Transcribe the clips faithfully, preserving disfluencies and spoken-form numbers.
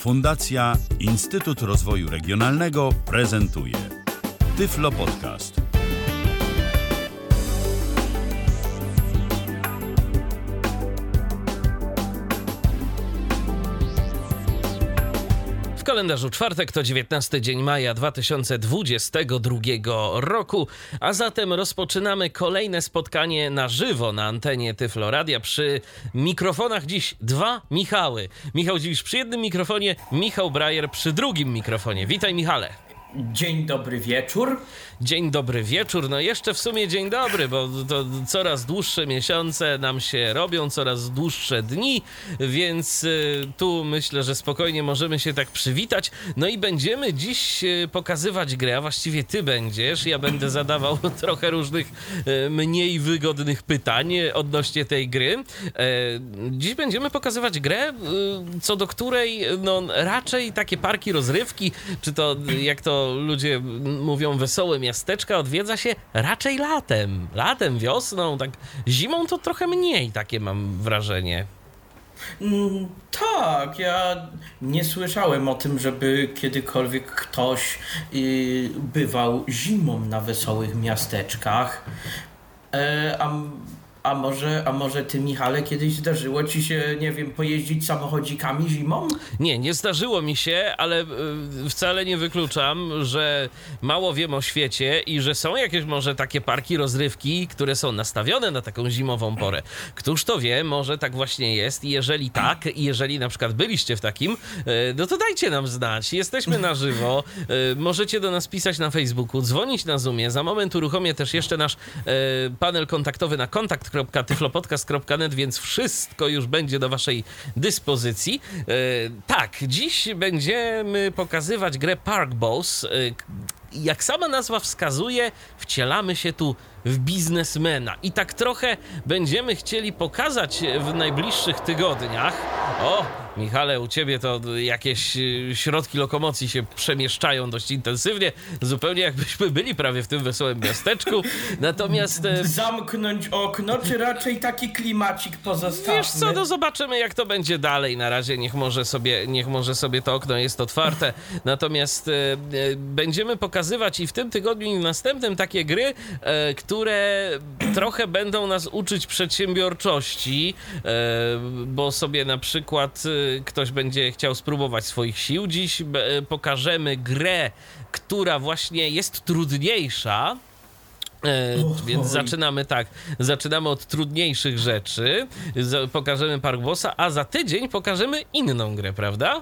Fundacja Instytut Rozwoju Regionalnego prezentuje Tyflo Podcast. W kalendarzu czwartek to dziewiętnasty dzień maja dwa tysiące dwudziestego drugiego roku, a zatem rozpoczynamy kolejne spotkanie na żywo na antenie Tyflo Radia. Przy mikrofonach dziś dwa Michały. Michał Dziwisz przy jednym mikrofonie, Michał Brajer przy drugim mikrofonie. Witaj, Michale. Dzień dobry wieczór. Dzień dobry wieczór. No jeszcze w sumie dzień dobry, bo to coraz dłuższe miesiące nam się robią, coraz dłuższe dni, więc y, tu myślę, że spokojnie możemy się tak przywitać. No i będziemy dziś y, pokazywać grę, a właściwie ty będziesz. Ja będę zadawał trochę różnych y, mniej wygodnych pytań odnośnie tej gry. Y, dziś będziemy pokazywać grę, y, co do której no raczej takie parki rozrywki, czy to jak to ludzie mówią, wesołe miasteczka odwiedza się raczej latem. Latem, wiosną, tak zimą to trochę mniej, takie mam wrażenie. Mm, tak, ja nie słyszałem o tym, żeby kiedykolwiek ktoś yy, bywał zimą na wesołych miasteczkach. E, a, a, może, a może ty, Michale, kiedyś zdarzyło ci się, nie wiem, pojeździć samochodzikami zimą? Nie, nie zdarzyło mi się, ale y, wcale nie wykluczam, że mało wiem o świecie i że są jakieś może takie parki rozrywki, które są nastawione na taką zimową porę. Któż to wie, może tak właśnie jest i jeżeli tak, i jeżeli na przykład byliście w takim, y, no to dajcie nam znać. Jesteśmy na żywo, y, możecie do nas pisać na Facebooku, dzwonić na Zoomie. Za moment uruchomię też jeszcze nasz y, panel kontaktowy na kontakt kropka tyflopodcast kropka net, więc wszystko już będzie do waszej dyspozycji. E, tak, dziś będziemy pokazywać grę Park Boss. E, jak sama nazwa wskazuje, wcielamy się tu w biznesmena i tak trochę będziemy chcieli pokazać w najbliższych tygodniach. O, Michale, u ciebie to jakieś środki lokomocji się przemieszczają dość intensywnie, zupełnie jakbyśmy byli prawie w tym wesołym miasteczku. Natomiast... Zamknąć okno, czy raczej taki klimacik pozostawmy? Wiesz co, no zobaczymy, jak to będzie dalej. Na razie niech może sobie, niech może sobie to okno jest otwarte. Natomiast e, e, będziemy pokazywać i w tym tygodniu i w następnym takie gry, e, które trochę będą nas uczyć przedsiębiorczości, e, bo sobie na przykład e, ktoś będzie chciał spróbować swoich sił. Dziś e, pokażemy grę, która właśnie jest trudniejsza. E, więc zaczynamy tak, zaczynamy od trudniejszych rzeczy, Z, pokażemy Park Bossa, a za tydzień pokażemy inną grę, prawda?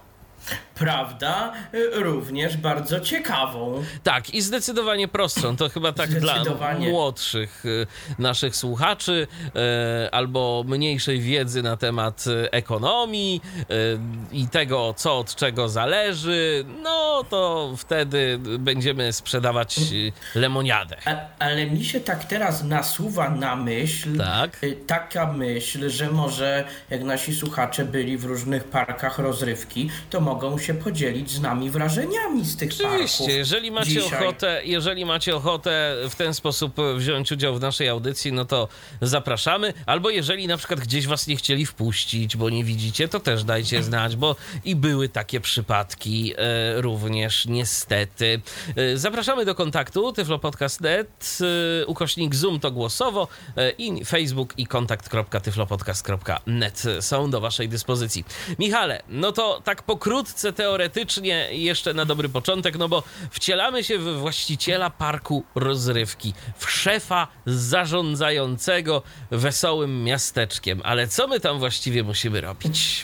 Prawda? Również bardzo ciekawą. Tak, i zdecydowanie prostszą. To chyba tak dla młodszych naszych słuchaczy e, albo mniejszej wiedzy na temat ekonomii e, i tego, co od czego zależy. No to wtedy będziemy sprzedawać lemoniadę. A, ale mi się tak teraz nasuwa na myśl, tak? taka myśl, że może jak nasi słuchacze byli w różnych parkach rozrywki, to mogą się podzielić z nami wrażeniami z tych Oczywiście, parków. Oczywiście, jeżeli macie dzisiaj. ochotę, jeżeli macie ochotę w ten sposób wziąć udział w naszej audycji, no to zapraszamy. Albo jeżeli na przykład gdzieś was nie chcieli wpuścić, bo nie widzicie, to też dajcie znać, bo i były takie przypadki e, również niestety. E, zapraszamy do kontaktu tyflopodcast kropka net, e, ukośnik Zoom to głosowo e, i Facebook i kontakt kropka tyflopodcast kropka net są do waszej dyspozycji. Michale, no to tak pokrótce teoretycznie jeszcze na dobry początek, no bo wcielamy się w właściciela parku rozrywki, w szefa zarządzającego wesołym miasteczkiem. Ale co my tam właściwie musimy robić?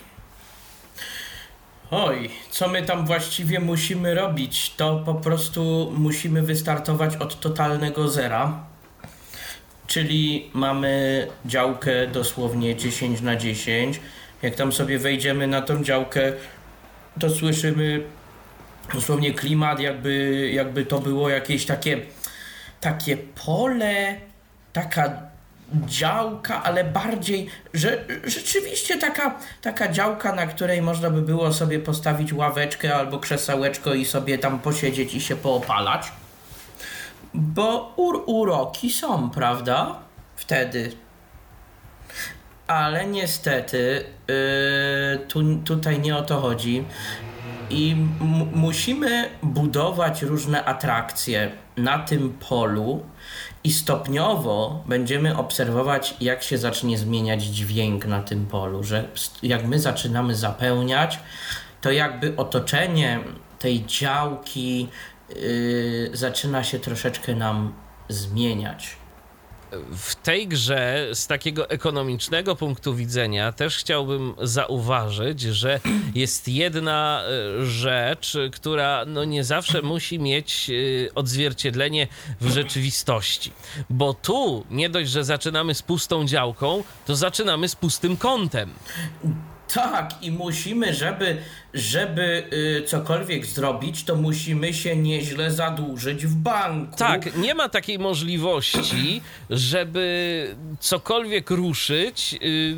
Oj, co my tam właściwie musimy robić? To po prostu musimy wystartować od totalnego zera. Czyli mamy działkę dosłownie dziesięć na dziesięć. Jak tam sobie wejdziemy na tą działkę, to słyszymy dosłownie klimat, jakby, jakby to było jakieś takie, takie pole, taka działka, ale bardziej, że rzeczywiście taka, taka działka, na której można by było sobie postawić ławeczkę albo krzesełeczko i sobie tam posiedzieć i się poopalać. Bo ur uroki są, prawda? Wtedy. Ale niestety yy, tu, tutaj nie o to chodzi. i m- musimy budować różne atrakcje na tym polu i stopniowo będziemy obserwować, jak się zacznie zmieniać dźwięk na tym polu, że jak my zaczynamy zapełniać, to jakby otoczenie tej działki yy, zaczyna się troszeczkę nam zmieniać. W tej grze z takiego ekonomicznego punktu widzenia też chciałbym zauważyć, że jest jedna rzecz, która no nie zawsze musi mieć odzwierciedlenie w rzeczywistości. Bo tu nie dość, że zaczynamy z pustą działką, to zaczynamy z pustym kątem. Tak, i musimy, żeby, żeby y, cokolwiek zrobić, to musimy się nieźle zadłużyć w banku. Tak, nie ma takiej możliwości, żeby cokolwiek ruszyć y,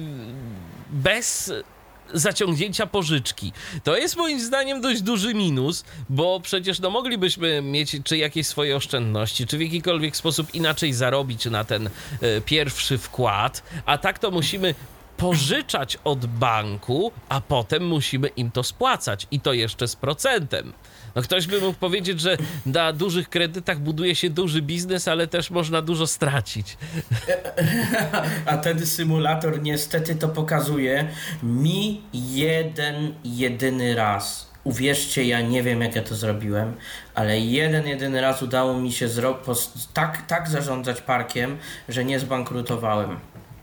bez zaciągnięcia pożyczki. To jest moim zdaniem dość duży minus, bo przecież no moglibyśmy mieć czy jakieś swoje oszczędności, czy w jakikolwiek sposób inaczej zarobić na ten y, pierwszy wkład, a tak to musimy pożyczać od banku, a potem musimy im to spłacać i to jeszcze z procentem. No ktoś by mógł powiedzieć, że na dużych kredytach buduje się duży biznes, ale też można dużo stracić. A ten symulator niestety to pokazuje mi jeden, jedyny raz. Uwierzcie, ja nie wiem, jak ja to zrobiłem, ale jeden, jedyny raz udało mi się zro- pos- tak, tak zarządzać parkiem, że nie zbankrutowałem.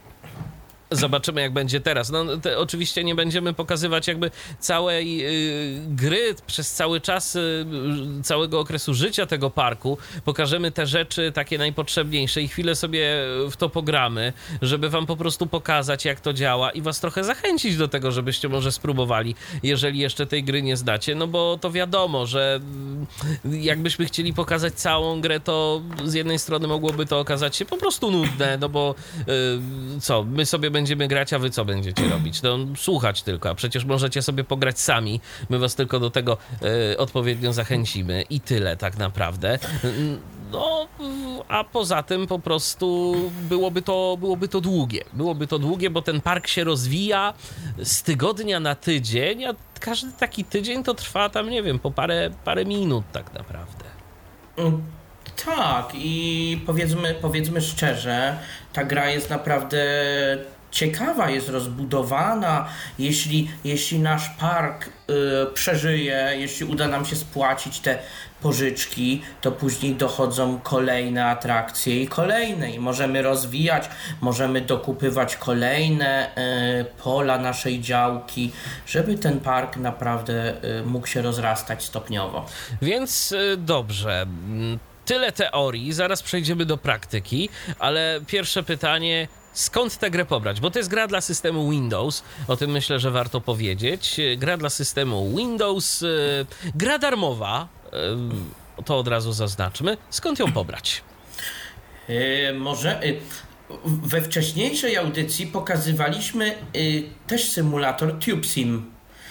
Zobaczymy, jak będzie teraz. No, te, oczywiście nie będziemy pokazywać jakby całej y, gry przez cały czas y, całego okresu życia tego parku. Pokażemy te rzeczy takie najpotrzebniejsze i chwilę sobie w to pogramy, żeby wam po prostu pokazać, jak to działa i was trochę zachęcić do tego, żebyście może spróbowali, jeżeli jeszcze tej gry nie znacie. No bo to wiadomo, że y, jakbyśmy chcieli pokazać całą grę, to z jednej strony mogłoby to okazać się po prostu nudne, no bo y, co, my sobie będziemy grać, a wy co będziecie robić? No słuchać tylko, a przecież możecie sobie pograć sami. My was tylko do tego y, odpowiednio zachęcimy i tyle tak naprawdę. No, a poza tym po prostu byłoby to, byłoby to długie. Byłoby to długie, bo ten park się rozwija z tygodnia na tydzień, a każdy taki tydzień to trwa tam, nie wiem, po parę, parę minut tak naprawdę. Mm. Tak, i powiedzmy, powiedzmy szczerze, ta gra jest naprawdę ciekawa, jest rozbudowana. Jeśli, jeśli nasz park y, przeżyje, jeśli uda nam się spłacić te pożyczki, to później dochodzą kolejne atrakcje i kolejne. I możemy rozwijać, możemy dokupywać kolejne y, pola naszej działki, żeby ten park naprawdę y, mógł się rozrastać stopniowo. Więc y, dobrze. Tyle teorii, zaraz przejdziemy do praktyki, ale pierwsze pytanie, skąd tę grę pobrać? Bo to jest gra dla systemu Windows, o tym myślę, że warto powiedzieć. Gra dla systemu Windows, yy, gra darmowa, yy, to od razu zaznaczmy. Skąd ją pobrać? Yy, może... Yy... We wcześniejszej audycji pokazywaliśmy yy, też symulator TubeSim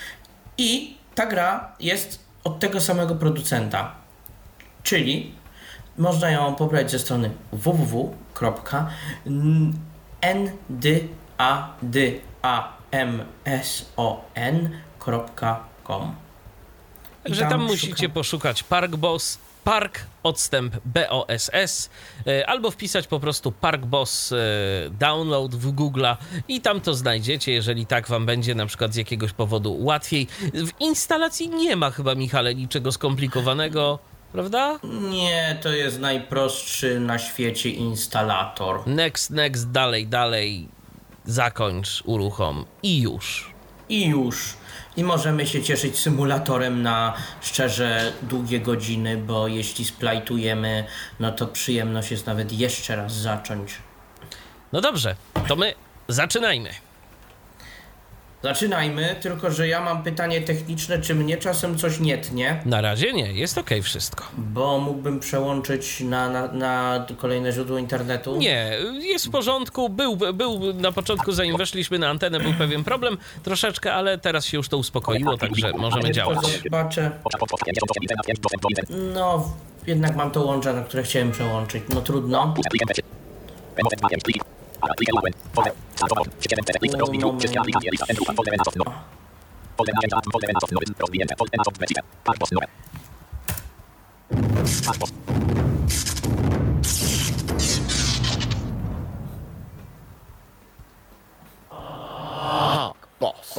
i ta gra jest od tego samego producenta, czyli można ją pobrać ze strony w w w kropka ndadamson kropka com. Także tam, tam musicie szukam. poszukać Park Boss, Park odstęp B O S S, albo wpisać po prostu Park Boss download w Google'a i tam to znajdziecie, jeżeli tak wam będzie na przykład z jakiegoś powodu łatwiej. W instalacji nie ma chyba, Michale, niczego skomplikowanego. Prawda? Nie, to jest najprostszy na świecie instalator. Next, next, dalej, dalej, zakończ, uruchom i już. I już. I możemy się cieszyć symulatorem na szczerze długie godziny, bo jeśli splajtujemy, no to przyjemność jest nawet jeszcze raz zacząć. No dobrze, to my zaczynajmy. Zaczynajmy, tylko że ja mam pytanie techniczne, czy mnie czasem coś nie tnie? Na razie nie, jest okej wszystko. Bo mógłbym przełączyć na, na, na kolejne źródło internetu? Nie, jest w porządku, był, był na początku, zanim weszliśmy na antenę, był pewien problem troszeczkę, ale teraz się już to uspokoiło, także możemy działać. Zobaczę. No, jednak mam to łącze, na które chciałem przełączyć, no trudno. Folder nacięcia, folder na nowy, rozwinięte, folder na weźcie, park boss nowe. Park boss. Boss.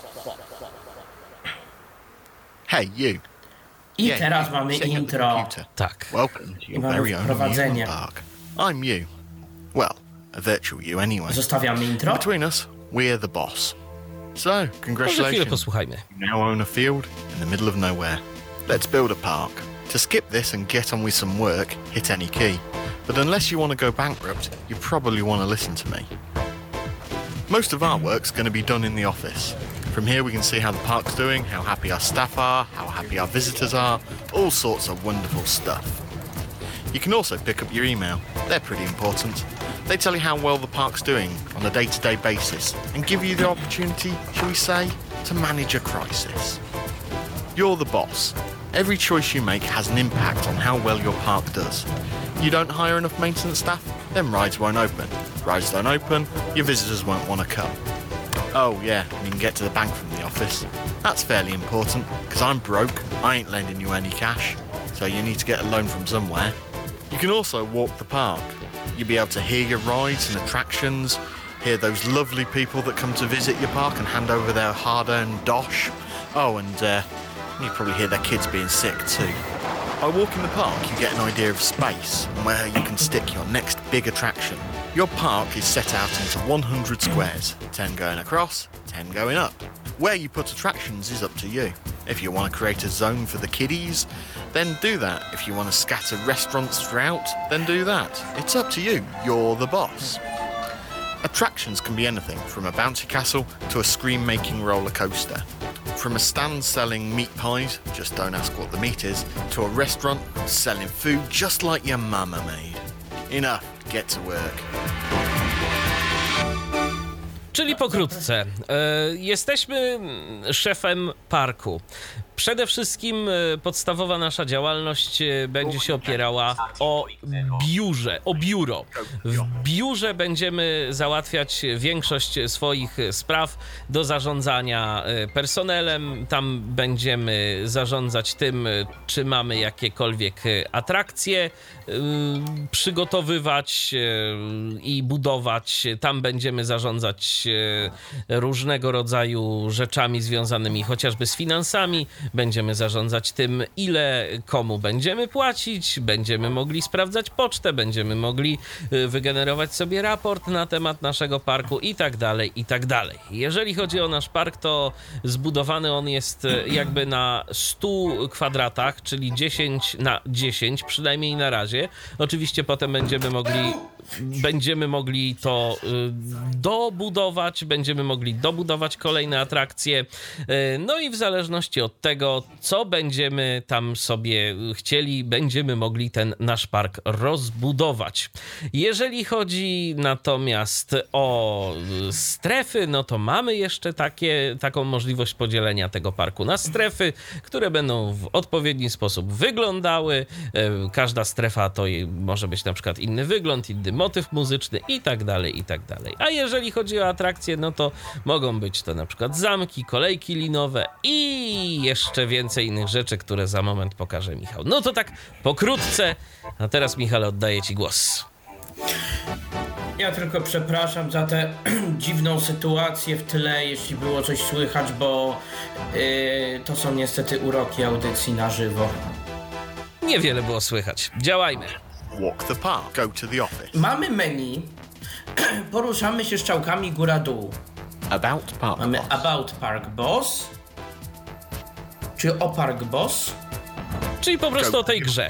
Hey, you. I Yeah, teraz you mamy sitting at the intro. computer. Tak. Welcome to your Mamy very own wprowadzenie. amusement park. I'm you. Well, a virtual you anyway. Zostawiamy intro. Between us, we're the boss. So, Może chwilę congratulations. posłuchajmy. You now own a field in the middle of nowhere. Let's build a park. To skip this and get on with some work, hit any key. But unless you want to go bankrupt, you probably want to listen to me. Most of our work's going to be done in the office. From here we can see how the park's doing, how happy our staff are, how happy our visitors are, all sorts of wonderful stuff. You can also pick up your email. They're pretty important. They tell you how well the park's doing on a day-to-day basis and give you the opportunity, shall we say, to manage a crisis. You're the boss. Every choice you make has an impact on how well your park does. You don't hire enough maintenance staff, then rides won't open. Rides don't open, your visitors won't want to come. Oh yeah, you can get to the bank from the office. That's fairly important, because I'm broke, I ain't lending you any cash, so you need to get a loan from somewhere. You can also walk the park. You'll be able to hear your rides and attractions, hear those lovely people that come to visit your park and hand over their hard-earned dosh. Oh, and uh, you probably hear their kids being sick too. By walking the park, you get an idea of space and where you can stick your next big attraction. Your park is set out into one hundred squares, ten going across, ten going up. Where you put attractions is up to you. If you want to create a zone for the kiddies, then do that. If you want to scatter restaurants throughout, then do that. It's up to you. You're the boss. Attractions can be anything from a bouncy castle to a scream-making roller coaster. From a stand selling meat pies, just don't ask what the meat is, to a restaurant selling food just like your mama made. Enough, get to work. Czyli pokrótce, e, jesteśmy szefem parku. Przede wszystkim e, podstawowa nasza działalność e, będzie się opierała o biurze, o biuro. W biurze będziemy załatwiać większość swoich spraw do zarządzania e, personelem. Tam będziemy zarządzać tym, e, czy mamy jakiekolwiek atrakcje, e, przygotowywać e, i budować. Tam będziemy zarządzać różnego rodzaju rzeczami związanymi chociażby z finansami. Będziemy zarządzać tym, ile komu będziemy płacić, będziemy mogli sprawdzać pocztę, będziemy mogli wygenerować sobie raport na temat naszego parku i tak dalej, i tak dalej. Jeżeli chodzi o nasz park, to zbudowany on jest jakby na stu kwadratach, czyli dziesięć na dziesięć, przynajmniej na razie. Oczywiście potem będziemy mogli będziemy mogli to dobudować, będziemy mogli dobudować kolejne atrakcje, no i w zależności od tego, co będziemy tam sobie chcieli, będziemy mogli ten nasz park rozbudować. Jeżeli chodzi natomiast o strefy, no to mamy jeszcze takie, taką możliwość podzielenia tego parku na strefy, które będą w odpowiedni sposób wyglądały. Każda strefa to może być na przykład inny wygląd, inny motyw muzyczny i tak dalej, i tak dalej. A jeżeli chodzi o atrakcje, no to mogą być to na przykład zamki, kolejki linowe i jeszcze więcej innych rzeczy, które za moment pokaże Michał. No to tak pokrótce, a teraz Michale, oddaję ci głos. Ja tylko przepraszam za tę dziwną sytuację w tle, jeśli było coś słychać, bo yy, to są niestety uroki audycji na żywo. Niewiele było słychać. Działajmy. Walk the park. Go to the office. Mamy menu, poruszamy się strzałkami góra-dół. About park Mamy boss. About Park Boss, czy o Park Boss. Czyli po prostu o tej grze.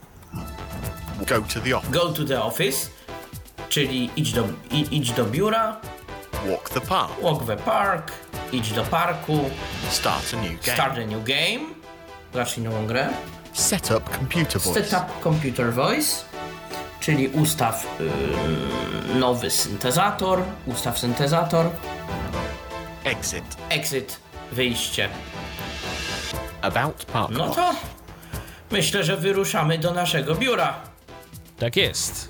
Go to the office. Go to the office, czyli idź do, i, idź do biura. Walk the park. Walk the park, idź do parku. Start a new game. Start a new game. Zacznij nową grę. Set up computer voice. Set up computer voice, czyli ustaw yy, nowy syntezator. Ustaw syntezator. Exit. Exit, wyjście. About park No boss. to myślę, że wyruszamy do naszego biura. Tak jest.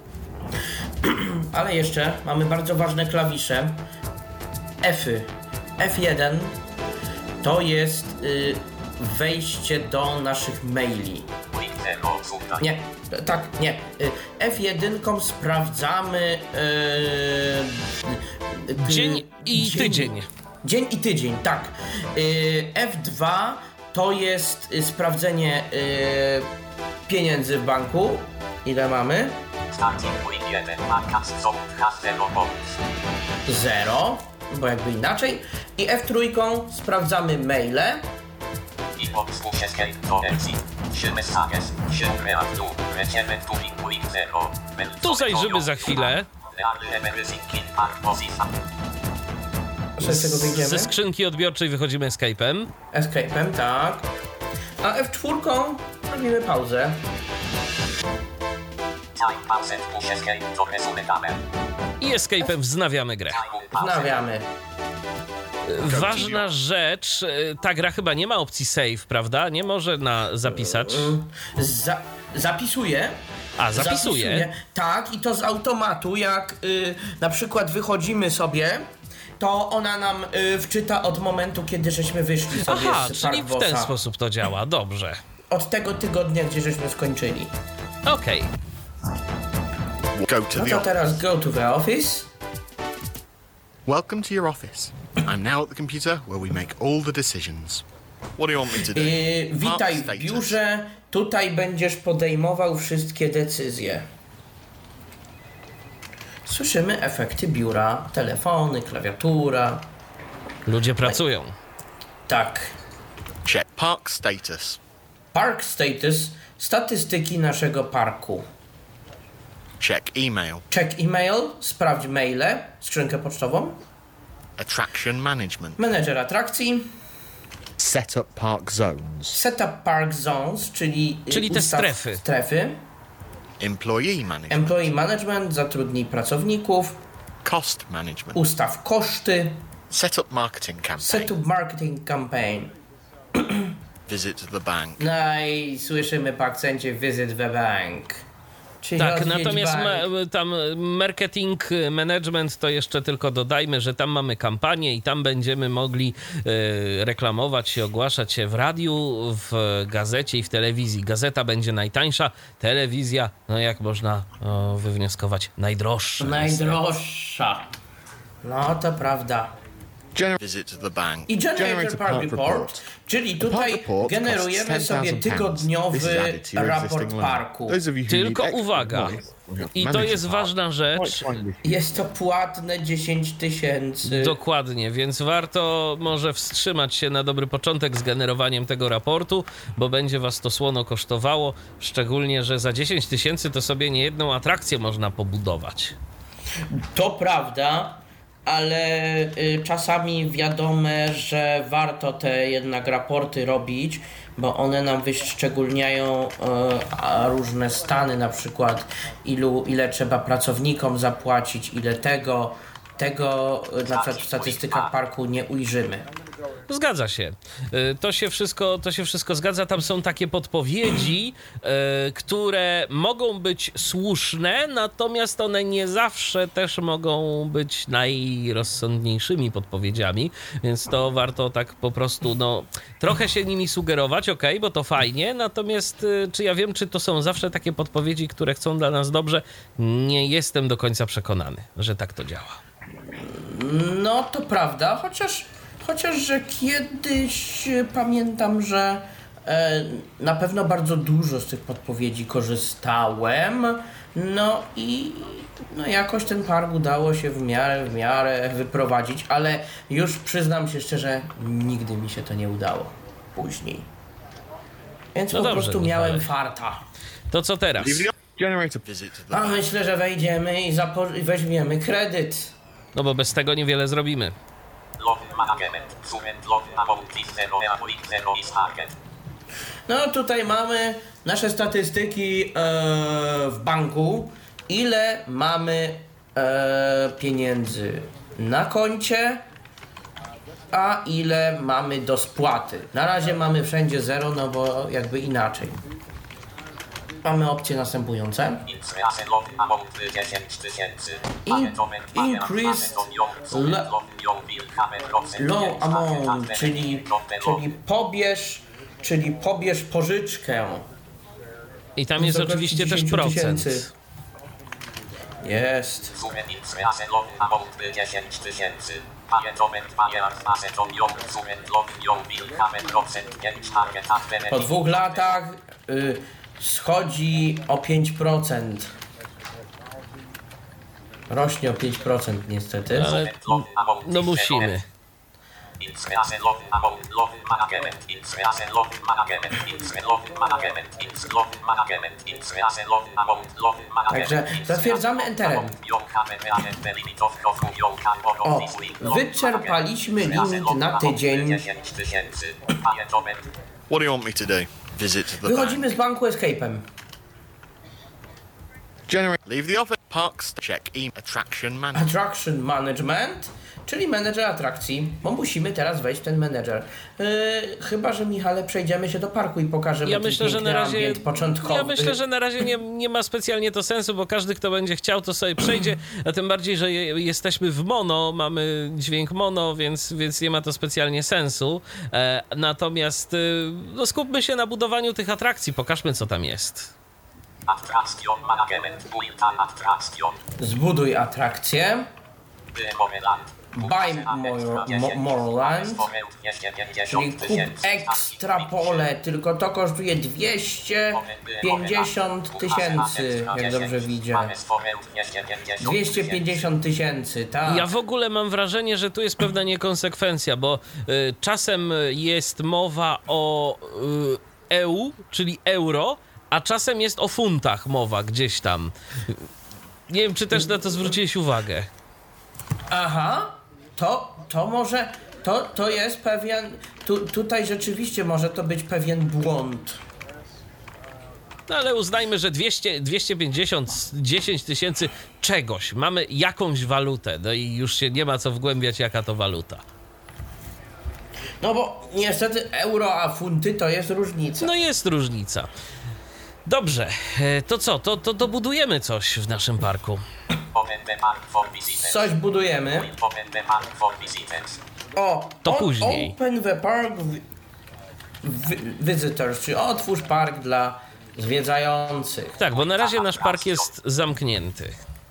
Ale jeszcze mamy bardzo ważne klawisze. F-y. F jeden to jest y, wejście do naszych maili. Nie, tak, nie. Y, F jeden sprawdzamy y, Dzień i dzień, tydzień. Dzień i tydzień, tak. Y, F dwa to jest y, sprawdzenie y, pieniędzy w banku. Ile mamy? Zero, bo jakby inaczej. I F trzy sprawdzamy maile. Tu zajrzymy za chwilę. Z tego wyjdziemy? Ze skrzynki odbiorczej wychodzimy Escape'em. Escape'em, tak. A F cztery robimy pauzę. I Escape'em wznawiamy grę. Wznawiamy. Ważna rzecz, ta gra chyba nie ma opcji save, prawda? Nie może na zapisać. Za, zapisuje. A, zapisuje. zapisuje. Tak, i to z automatu, jak y, na przykład wychodzimy sobie, to ona nam y, wczyta od momentu, kiedy żeśmy wyszli sobie Aha, z czyli w ten Parkbossa. sposób to działa, dobrze. Od tego tygodnia, gdzie żeśmy skończyli. Okej. Go to No the to office. teraz go to the office. Welcome to your office. I'm now at the computer where we make all the decisions. What do you want me to do? Y, witaj Park w status. biurze. Tutaj będziesz podejmował wszystkie decyzje. Słyszymy efekty biura. Telefony, klawiatura. Ludzie pracują. Tak. Check park status. Park status. Statystyki naszego parku. Check email. Check e-mail. Sprawdź maile. Skrzynkę pocztową. Attraction management. Menedżer atrakcji. Set up park zones. Setup park zones, czyli, y, Czyli te ustaw strefy. strefy. Employee management. Employee management, zatrudnij pracowników. Cost management. Ustaw koszty. Set up marketing campaign. Setup marketing campaign. Visit the bank. No i słyszymy po akcencie visit the bank. Czyli Tak, odwiedź natomiast bank. ma, tam marketing management to jeszcze tylko dodajmy, że tam mamy kampanię i tam będziemy mogli e, reklamować się, ogłaszać się w radiu, w gazecie i w telewizji. Gazeta będzie najtańsza, telewizja, no jak można o, wywnioskować, najdroższa. Najdroższa. No to prawda. Gener- Visit the bank. I Generator Generator Park Park Report, Report. czyli The tutaj park report generujemy costs sobie ten thousand pounds. tygodniowy This is added to your raport existing limit. parku. Those of you who Tylko need extra uwaga, advice on how to i to manage jest the park, ważna rzecz, might find this Jest to płatne dziesięć tysięcy. dokładnie, więc warto może wstrzymać się na dobry początek z generowaniem tego raportu, bo będzie was to słono kosztowało, szczególnie, że za dziesięć tysięcy to sobie niejedną atrakcję można pobudować. To prawda, ale y, czasami wiadome, że warto te jednak raporty robić, bo one nam wyszczególniają y, a różne stany, na przykład ilu, ile trzeba pracownikom zapłacić, ile tego, tego y, na przykład w statystykach parku nie ujrzymy. Zgadza się. Y, To się wszystko, to się wszystko zgadza. Tam są takie podpowiedzi, y, które mogą być słuszne, natomiast one nie zawsze też mogą być najrozsądniejszymi podpowiedziami, więc to warto tak po prostu, no, trochę się nimi sugerować, okej, bo to fajnie, natomiast y, czy ja wiem, czy to są zawsze takie podpowiedzi, które chcą dla nas dobrze? Nie jestem do końca przekonany, że tak to działa. No to prawda, chociaż, chociaż że kiedyś e, pamiętam, że e, na pewno bardzo dużo z tych podpowiedzi korzystałem, no i no jakoś ten park udało się w miarę, w miarę wyprowadzić, ale już przyznam się szczerze, nigdy mi się to nie udało później. Więc No po dobrze, prostu Michale. miałem farta. To co teraz? generator Visit the A bank. myślę, że wejdziemy i zapo- i weźmiemy kredyt. No bo bez tego niewiele zrobimy. No tutaj mamy nasze statystyki e, w banku. Ile mamy e, pieniędzy na koncie, a ile mamy do spłaty. Na razie mamy wszędzie zero, no bo jakby inaczej. mamy opcje następujące. In, increased lo, low amount, czyli, czyli pobierz, czyli pobierz pożyczkę. I tam jest oczywiście też procent. Jest. Po dwóch latach y, schodzi o pięć procent. Rośnie o pięć procent niestety. Ale no musimy. Także zatwierdzamy enterem. O, wyczerpaliśmy limit na tydzień. What do you want me to do? Visit the bank? Wychodzimy z banku escape'em. Generate. Leave the office. Parks. Check e attraction manager. Attraction Management, czyli menedżer atrakcji, bo musimy teraz wejść w ten menedżer. Yy, chyba że, Michale, przejdziemy się do parku i pokażemy Ja ten myślę, że na razie ambient początkowy. Ja myślę, że na razie nie, nie ma specjalnie to sensu, bo każdy, kto będzie chciał, to sobie przejdzie, a tym bardziej, że je, jesteśmy w mono, mamy dźwięk mono, więc, więc nie ma to specjalnie sensu. E, natomiast e, no, skupmy się na budowaniu tych atrakcji, pokażmy, co tam jest. Zbuduj atrakcję. Buy more, mo, more land. Czyli kup ekstra pole, tylko to kosztuje dwieście pięćdziesiąt tysięcy, jak dobrze widzę. dwieście pięćdziesiąt tysięcy, tak. Ja w ogóle mam wrażenie, że tu jest pewna niekonsekwencja, bo y, czasem jest mowa o y, E U, czyli euro, a czasem jest o funtach mowa gdzieś tam. Nie wiem, czy też na to zwróciłeś uwagę. Aha, to, to może, to, to jest pewien, tu, tutaj rzeczywiście może to być pewien błąd. No ale uznajmy, że dwieście, dwieście pięćdziesiąt, dziesięć tysięcy czegoś. Mamy jakąś walutę, no i już się nie ma co wgłębiać, jaka to waluta. No bo niestety euro a funty to jest różnica. No jest różnica. Dobrze, to co? To, to dobudujemy coś w naszym parku. Coś budujemy. O, To on, później. Open the park visitors, czyli otwórz park dla zwiedzających. Tak, bo na razie nasz park jest zamknięty.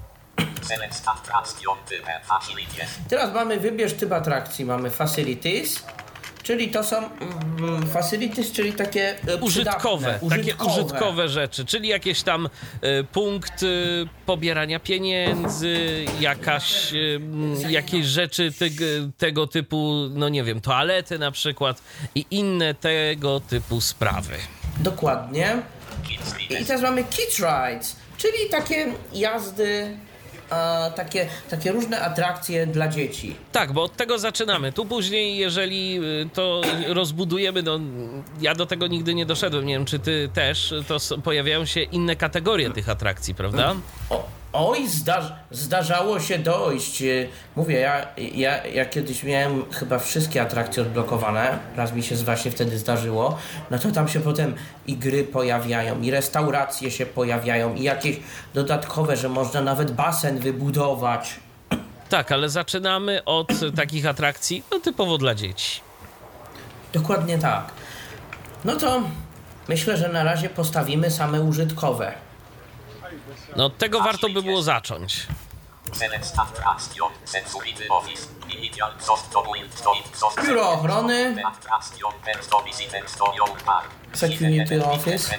Teraz mamy wybierz typ atrakcji. Mamy facilities, czyli to są mm, facilities, czyli takie e, Użytkowe, przydatne, takie użytkowe rzeczy, czyli jakieś tam y, punkt y, pobierania pieniędzy, jakaś, y, jakieś rzeczy te, tego typu, no nie wiem, toalety na przykład i inne tego typu sprawy. Dokładnie. I teraz mamy kids rides, czyli takie jazdy, e, takie, takie różne atrakcje dla dzieci. Tak, bo od tego zaczynamy. Tu później, jeżeli y, to rozbudujemy, no ja do tego nigdy nie doszedłem, nie wiem, czy ty też, to s- pojawiają się inne kategorie tych atrakcji, prawda? O, oj, zdarz, zdarzało się dojść. Mówię, ja, ja, ja kiedyś miałem chyba wszystkie atrakcje odblokowane, raz mi się właśnie wtedy zdarzyło, no to tam się potem i gry pojawiają, i restauracje się pojawiają, i jakieś dodatkowe, że można nawet basen wybudować. Tak, ale zaczynamy od takich atrakcji, no typowo dla dzieci. Dokładnie tak. No to myślę, że na razie postawimy same użytkowe. No od tego warto by było zacząć. Biuro ochrony, Security Office.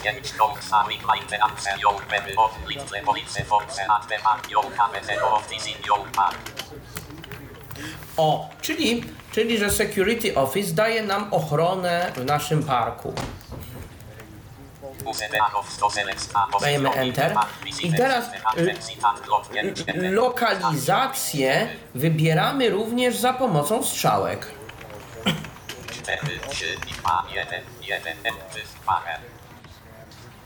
O, czyli, czyli że Security Office daje nam ochronę w naszym parku. Dajemy Enter. I teraz y, y, lokalizację wybieramy również za pomocą strzałek.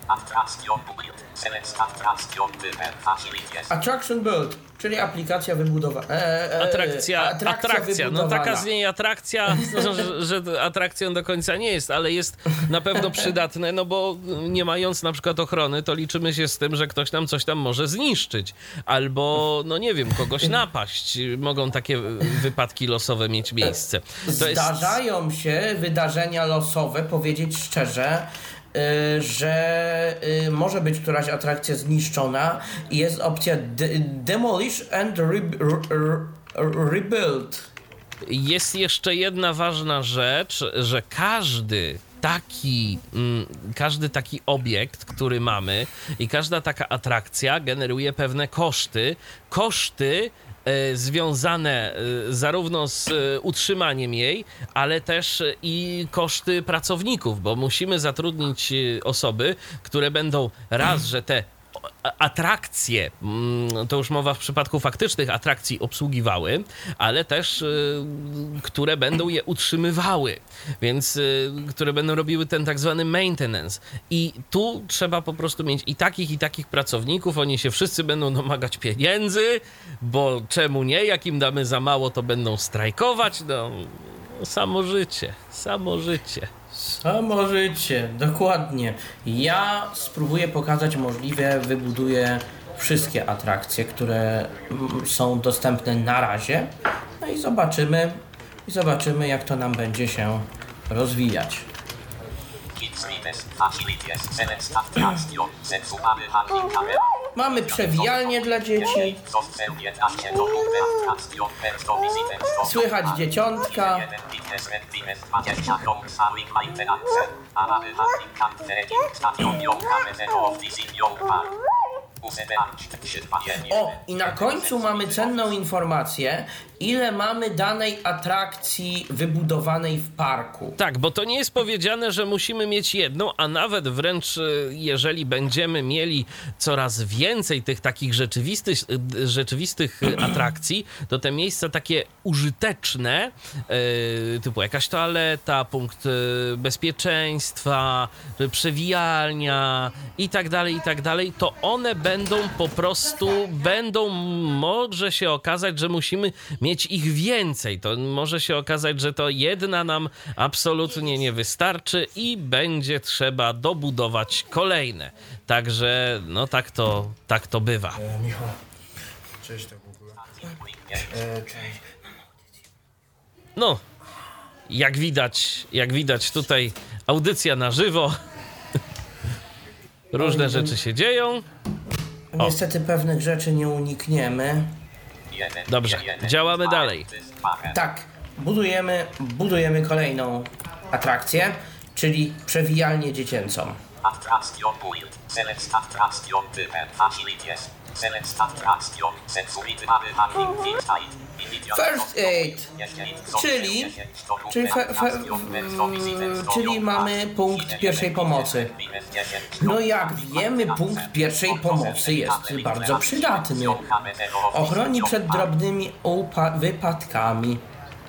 Attraction Build, czyli aplikacja wybudowana. E, e, Atrakcja, atrakcja, atrakcja. No wybudowana. taka z niej atrakcja, że, że atrakcją do końca nie jest, ale jest na pewno przydatne, no bo nie mając na przykład ochrony, to liczymy się z tym, że ktoś nam coś tam może zniszczyć. Albo, no nie wiem, kogoś napaść. Mogą takie wypadki losowe mieć miejsce. To Zdarzają jest... się wydarzenia losowe, powiedzieć szczerze, y, że y, może być któraś atrakcja zniszczona i jest opcja de- demolish and re- re- re- rebuild. Jest jeszcze jedna ważna rzecz, że każdy taki, mm, każdy taki obiekt, który mamy i każda taka atrakcja generuje pewne koszty. Koszty e, związane e, zarówno z e, utrzymaniem jej, ale też e, i koszty pracowników, bo musimy zatrudnić e, osoby, które będą raz, że te atrakcje, to już mowa w przypadku faktycznych atrakcji, obsługiwały, ale też y, które będą je utrzymywały, więc y, które będą robiły ten tak zwany maintenance. I tu trzeba po prostu mieć i takich, i takich pracowników, oni się wszyscy będą domagać pieniędzy, bo czemu nie, jak im damy za mało, to będą strajkować, no samo życie, samo życie. Samo życie, dokładnie. Ja spróbuję pokazać możliwe, wybuduję wszystkie atrakcje, które mm, są dostępne na razie. No i zobaczymy, i zobaczymy jak to nam będzie się rozwijać. Mamy przewijalnię dla dzieci. Słychać dzieciątka. O, i na końcu mamy cenną informację, ile mamy danej atrakcji wybudowanej w parku. Tak, bo to nie jest powiedziane, że musimy mieć jedną, a nawet wręcz jeżeli będziemy mieli coraz więcej tych takich rzeczywistych, rzeczywistych atrakcji, to te miejsca takie użyteczne, yy, typu jakaś toaleta, punkt bezpieczeństwa, przewijalnia i tak dalej, i tak dalej, to one będą po prostu, będą, może się okazać, że musimy mieć ich więcej. To może się okazać, że to jedna nam absolutnie nie wystarczy i będzie trzeba dobudować kolejne. Także, no tak to, tak to bywa. E, Michał. Cześć tak w ogóle. E, cześć. No, jak widać, jak widać tutaj audycja na żywo. Różne rzeczy się dzieją. Niestety pewnych rzeczy nie unikniemy. Dobrze, działamy dalej. Tak, budujemy, budujemy kolejną atrakcję, czyli przewijalnię dziecięcą. Attraction build. Select attraction prepare facilities. Select attraction sensory handling field. First aid, czyli, czyli, fe, fe, w, czyli mamy punkt pierwszej pomocy. No jak wiemy, punkt pierwszej pomocy jest bardzo przydatny. Ochroni przed drobnymi upa- wypadkami.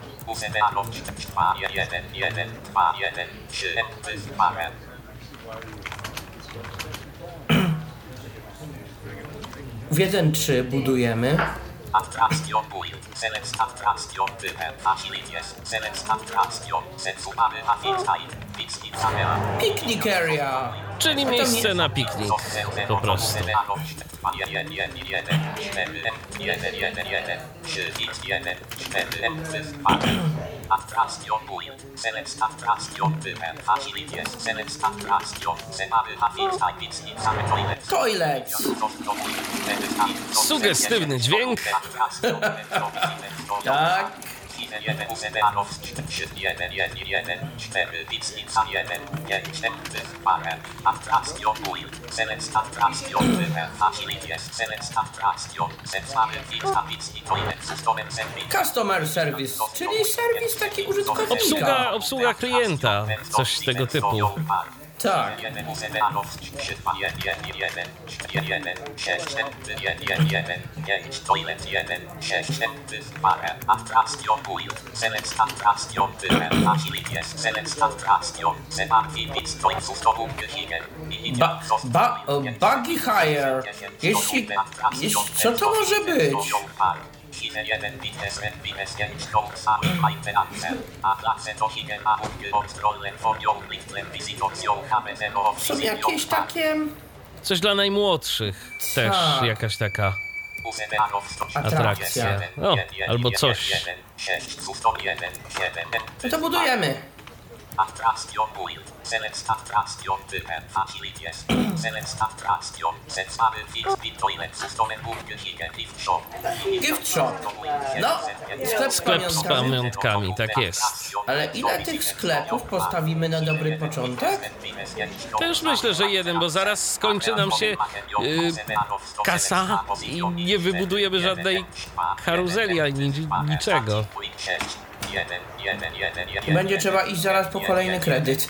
W jeden trzy budujemy. Attraction build. Select attraction prepare facilities. Select attraction sensory handling field. Picnic area. Czyli miejsce na piknik, po prostu. Attraction build. Select attraction prepare facilities. Select attraction sensory handling field. Toilets. Sugestywny dźwięk. Tak. Customer service, czyli serwis taki użytkownika. Obsługa, obsługa klienta, coś z tego typu. Tak. Ba, ba, o, buggy hire. Jeśli, jeśli, co to może być? Są jakieś takie Coś dla najmłodszych też, Tak. jakaś taka atrakcja. atrakcja. No, albo coś. No to budujemy. Attraction build. Select attraction typen facilities. Select attraction. Sensary fix bit toilet system burger chicken gift shop. Gift shop. No, sklep z Sklep z pamiątkami. pamiątkami, tak jest. Ale ile tych sklepów postawimy na dobry początek? Też myślę, że jeden, bo zaraz skończy nam się y, kasa i nie wybudujemy żadnej karuzeli ani niczego. Będzie trzeba iść zaraz po kolejny kredyt.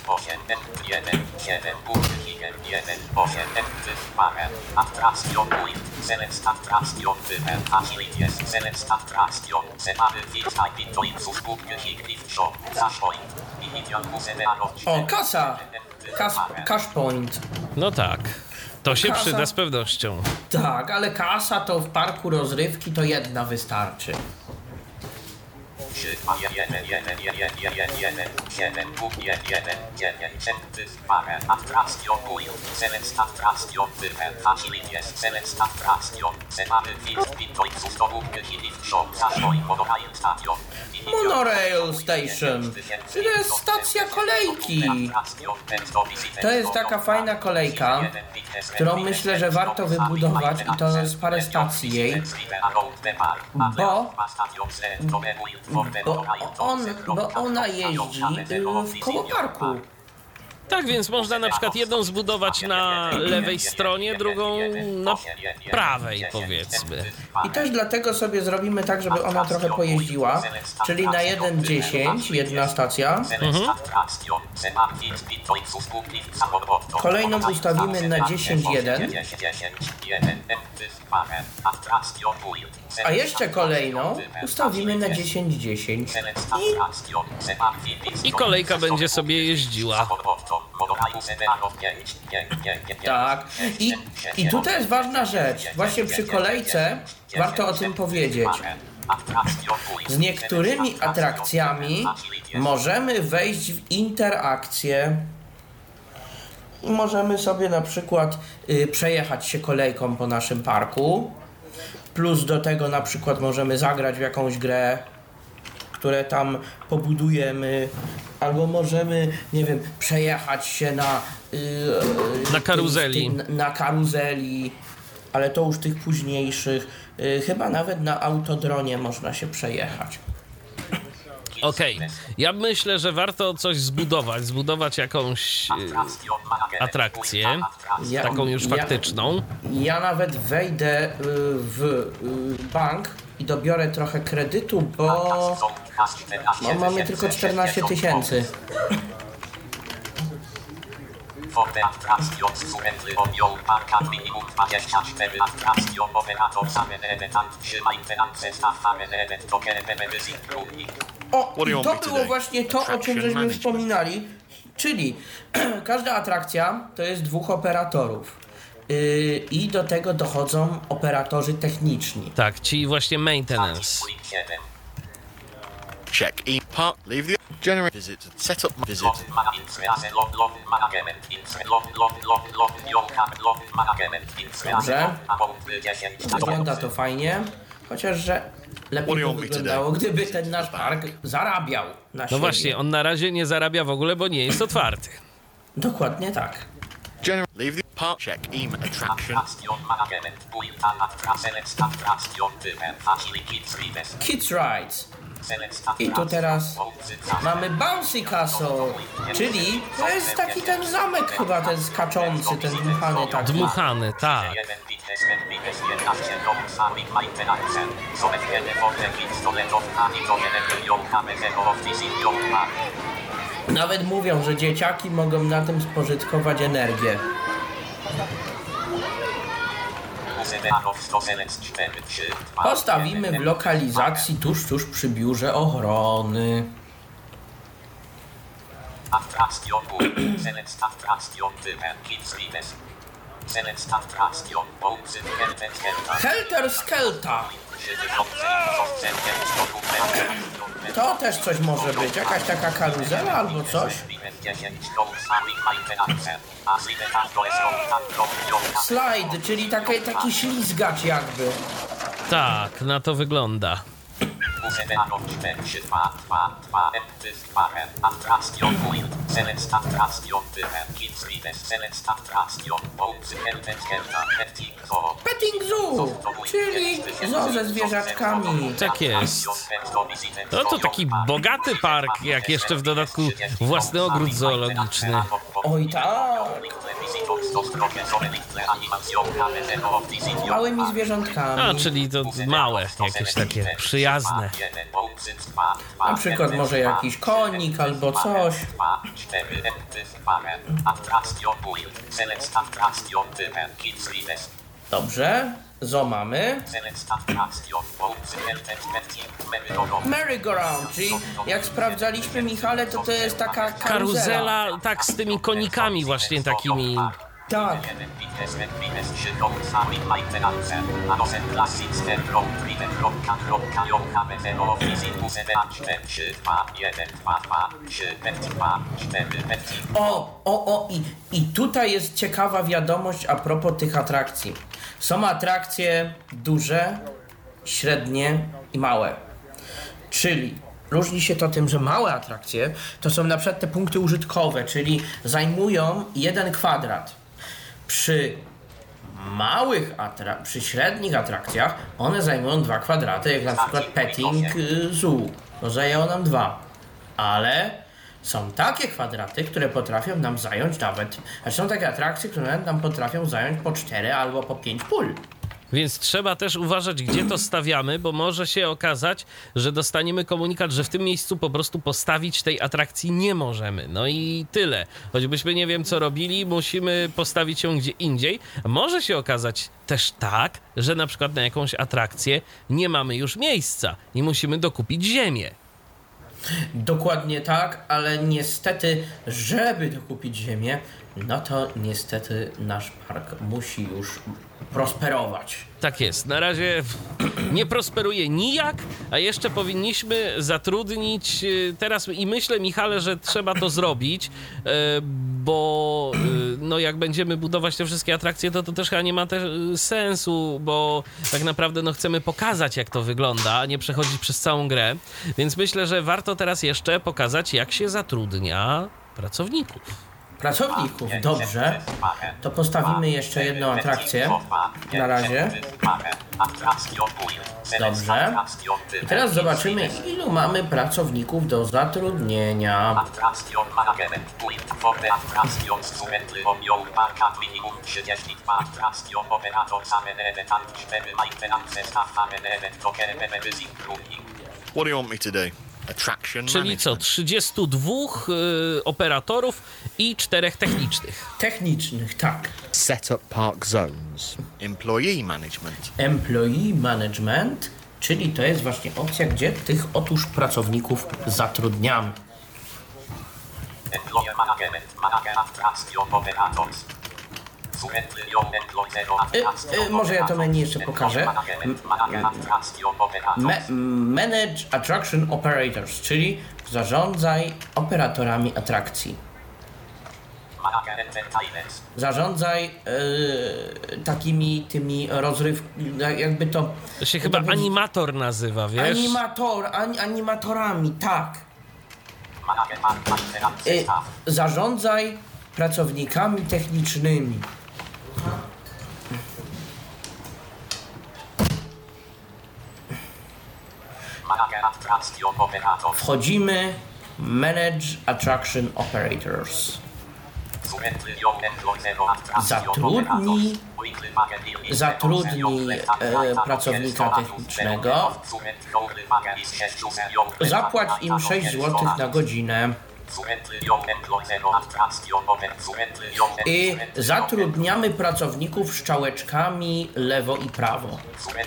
O, kasa! Kas, cash point. No tak, to się Kasa. przyda z pewnością. Tak, ale kasa to w parku rozrywki to jedna wystarczy. Monorail Station, czyli to jest stacja kolejki. To jest taka fajna kolejka, którą myślę, że warto wybudować i to jest parę stacji jej, bo, bo, on, bo ona jeździ w koło parku. Tak więc można na przykład jedną zbudować na lewej stronie, drugą na prawej, powiedzmy. I też dlatego sobie zrobimy tak, żeby ona trochę pojeździła, czyli na jeden dziesięć jedna stacja. Mhm. Kolejną ustawimy na dziesięć jeden. A jeszcze kolejną ustawimy na dziesięć dziesięć. I kolejka będzie sobie jeździła. Tak. I, I tutaj jest ważna rzecz. Właśnie przy kolejce warto o tym powiedzieć. Z niektórymi atrakcjami możemy wejść w interakcję. I możemy sobie na przykład y, przejechać się kolejką po naszym parku. Plus do tego na przykład możemy zagrać w jakąś grę, które tam pobudujemy, albo możemy, nie wiem, przejechać się na yy, Na karuzeli. Tych, tych, na karuzeli, ale to już tych późniejszych. Yy, chyba nawet na autodronie można się przejechać. Okej, ja myślę, że warto coś zbudować, zbudować jakąś y, atrakcję, Ja- taką już ja- faktyczną. Ja nawet wejdę yy, w yy, bank i dobiorę trochę kredytu, bo no, mamy tylko czternaście tysięcy. Forte atrakcjon suwentry odjął parkach minimum dwadzieścia cztery atrakcjon operator same emetant przy maintenance staff same emet to kepeme wyzik królnik. O, What do you i want to me to było do? właśnie to, o czym Attraction żeśmy management. wspominali, czyli każda atrakcja to jest dwóch operatorów yy, i do tego dochodzą operatorzy techniczni. Tak, ci właśnie maintenance. Check E part. Leave the generator. Visit. Set up. Visit. Dobrze. Wygląda to fajnie, chociaż że lepiej by wyglądało, gdyby ten nasz park zarabiał na No siebie. właśnie, on na razie nie zarabia w ogóle, bo nie jest otwarty. Dokładnie tak. Generate. Leave the part. Check E attraction. Kids Rides. I tu teraz mamy Bouncy Castle, czyli to jest taki ten zamek chyba, ten skaczący, ten dmuchany taki. Dmuchany, tak. Nawet mówią, że dzieciaki mogą na tym spożytkować energię. Postawimy w lokalizacji tuż, tuż przy biurze ochrony. Helter Skelter. To też coś może być, jakaś taka karuzela albo coś. Slide, czyli taki, taki ślizgacz jakby. Tak, na to wygląda. Petting Zoo, czyli zoo ze zwierzaczkami. Tak jest. No to taki bogaty park, jak jeszcze w dodatku własny ogród zoologiczny. Oj tak. Małymi zwierzątkami. A, czyli to małe, jakieś takie przyjazne. Na przykład może jakiś konik albo coś. Dobrze, zo mamy. Merry-go-round, czyli jak sprawdzaliśmy, Michale, to to jest taka karuzela. Karuzela, tak, z tymi konikami właśnie takimi. Tak. O, o, o, i, i tutaj jest ciekawa wiadomość a propos tych atrakcji. Są atrakcje duże, średnie i małe. Czyli różni się to tym, że małe atrakcje to są na przykład te punkty użytkowe, czyli zajmują jeden kwadrat. Przy małych, atra- przy średnich atrakcjach one zajmują dwa kwadraty, jak na przykład Petting Zoo. To zajęło nam dwa. Ale są takie kwadraty, które potrafią nam zająć nawet, a są takie atrakcje, które nam potrafią zająć po cztery albo po pięć pól. Więc trzeba też uważać, gdzie to stawiamy, bo może się okazać, że dostaniemy komunikat, że w tym miejscu po prostu postawić tej atrakcji nie możemy. No i tyle. Choćbyśmy nie wiem co robili, musimy postawić ją gdzie indziej. Może się okazać też tak, że na przykład na jakąś atrakcję nie mamy już miejsca i musimy dokupić ziemię. Dokładnie tak, ale niestety, żeby dokupić ziemię, no to niestety nasz park musi już prosperować. Tak jest. Na razie nie prosperuje nijak, a jeszcze powinniśmy zatrudnić teraz i myślę, Michale, że trzeba to zrobić, bo no jak będziemy budować te wszystkie atrakcje, to to też chyba nie ma też sensu, bo tak naprawdę no chcemy pokazać, jak to wygląda, a nie przechodzić przez całą grę. Więc myślę, że warto teraz jeszcze pokazać, jak się zatrudnia pracowników. Pracowników, dobrze. To postawimy jeszcze jedną atrakcję. Na razie. Dobrze. I teraz zobaczymy, ilu mamy pracowników do zatrudnienia. What do you want me to do? Attraction Czyli management. co, trzydziestu dwóch y, operatorów i czterech technicznych. Technicznych, tak. Set up park zones. Employee management. Employee management, czyli to jest właśnie opcja, gdzie tych otóż pracowników zatrudniamy. Employer management, manager attraction operators. Y, y, może ja to menu jeszcze pokażę. Me, manage Attraction Operators, czyli zarządzaj operatorami atrakcji. Zarządzaj y, takimi tymi rozrywkami, jakby to... To się chyba to animator nazywa, wiesz? Animator, an, animatorami, tak. Y, zarządzaj pracownikami technicznymi. Wchodzimy Manage Attraction Operators. Zatrudnij, zatrudnij e, pracownika technicznego. Zapłać im sześć złotych na godzinę. I zatrudniamy pracowników strzałeczkami lewo i prawo.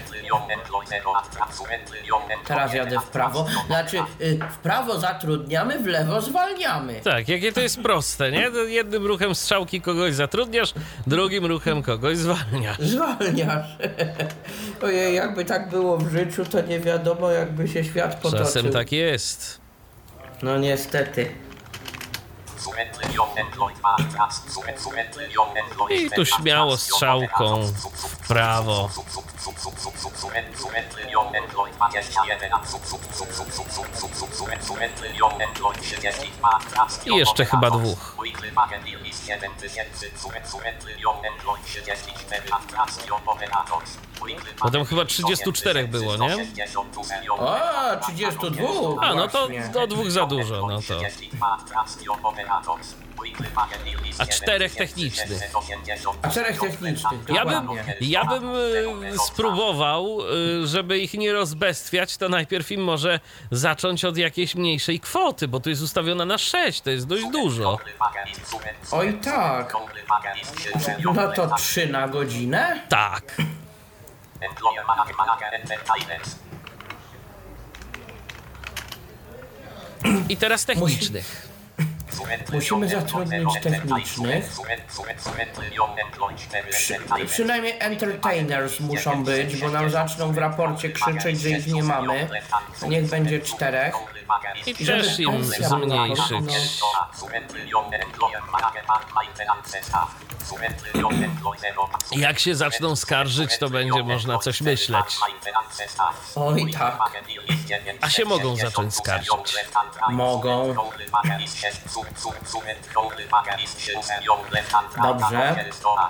Teraz jadę w prawo. Znaczy, w prawo zatrudniamy, w lewo zwalniamy. Tak, jakie to jest proste, nie? Jednym ruchem strzałki kogoś zatrudniasz, drugim ruchem kogoś zwalniasz. Zwalniasz. Ojej, jakby tak było w życiu, to nie wiadomo, jakby się świat potoczył. Czasem tak jest. No niestety. I tu śmiało strzałką w prawo. I jeszcze chyba dwóch. Potem chyba trzydzieści cztery było, nie? O, trzydzieści dwa. A, no to, właśnie. to dwóch za dużo, no to. A czterech technicznych. A czterech technicznych, Ja bym, dokładnie. ja bym e, spróbował, e, żeby ich nie rozbestwiać, to najpierw im może zacząć od jakiejś mniejszej kwoty, bo tu jest ustawiona na sześć, to jest dość dużo. Oj tak. No to trzy na godzinę? Tak. I teraz technicznych. Musimy zatrudnić technicznych. Przy, przynajmniej entertainers muszą być, bo nam zaczną w raporcie krzyczeć, że ich nie mamy. Niech będzie czterech. I też im zmniejszyć. Jak się zaczną skarżyć, to będzie można coś myśleć. Oj tak. A się mogą zacząć skarżyć. Mogą. Dobrze.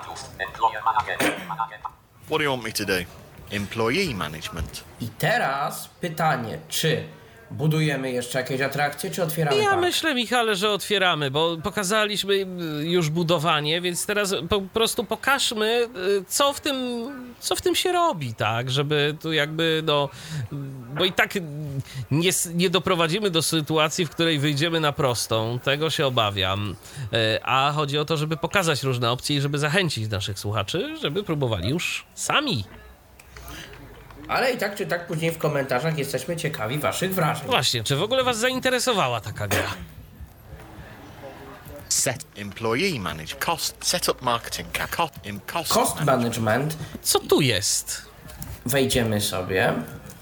What do you want me to do? Employee management. I teraz pytanie, czy budujemy jeszcze jakieś atrakcje, czy otwieramy Ja park? myślę, Michale, że otwieramy, bo pokazaliśmy już budowanie, więc teraz po prostu pokażmy, co w tym, co w tym się robi, tak, żeby tu jakby, no, bo i tak nie, nie doprowadzimy do sytuacji, w której wyjdziemy na prostą, tego się obawiam, a chodzi o to, żeby pokazać różne opcje i żeby zachęcić naszych słuchaczy, żeby próbowali już sami. Ale i tak czy tak później w komentarzach jesteśmy ciekawi waszych wrażeń. Właśnie, czy w ogóle was zainteresowała taka gra? Set employee manage cost. Set up marketing ca- cost. In cost. Cost management. Co tu jest? Wejdziemy sobie.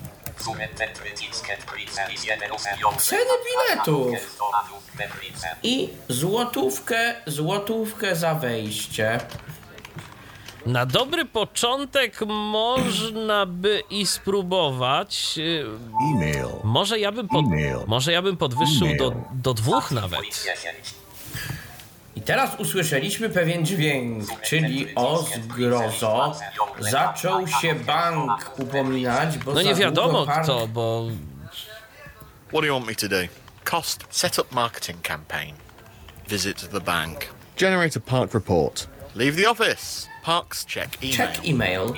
Ceny biletów. I złotówkę, złotówkę za wejście. Na dobry początek można by i spróbować. yy, Email. Może ja bym, pod, E-mail. może ja bym podwyższył do, do dwóch nawet. I teraz usłyszeliśmy pewien dźwięk, czyli o zgrozo. Zaczął się bank upominać, bo No za nie wiadomo długo park... kto, bo What do you want me to do? Cost. Set up marketing campaign. Visit the bank. Generate a park report. Leave the office. Parks check email. Check email.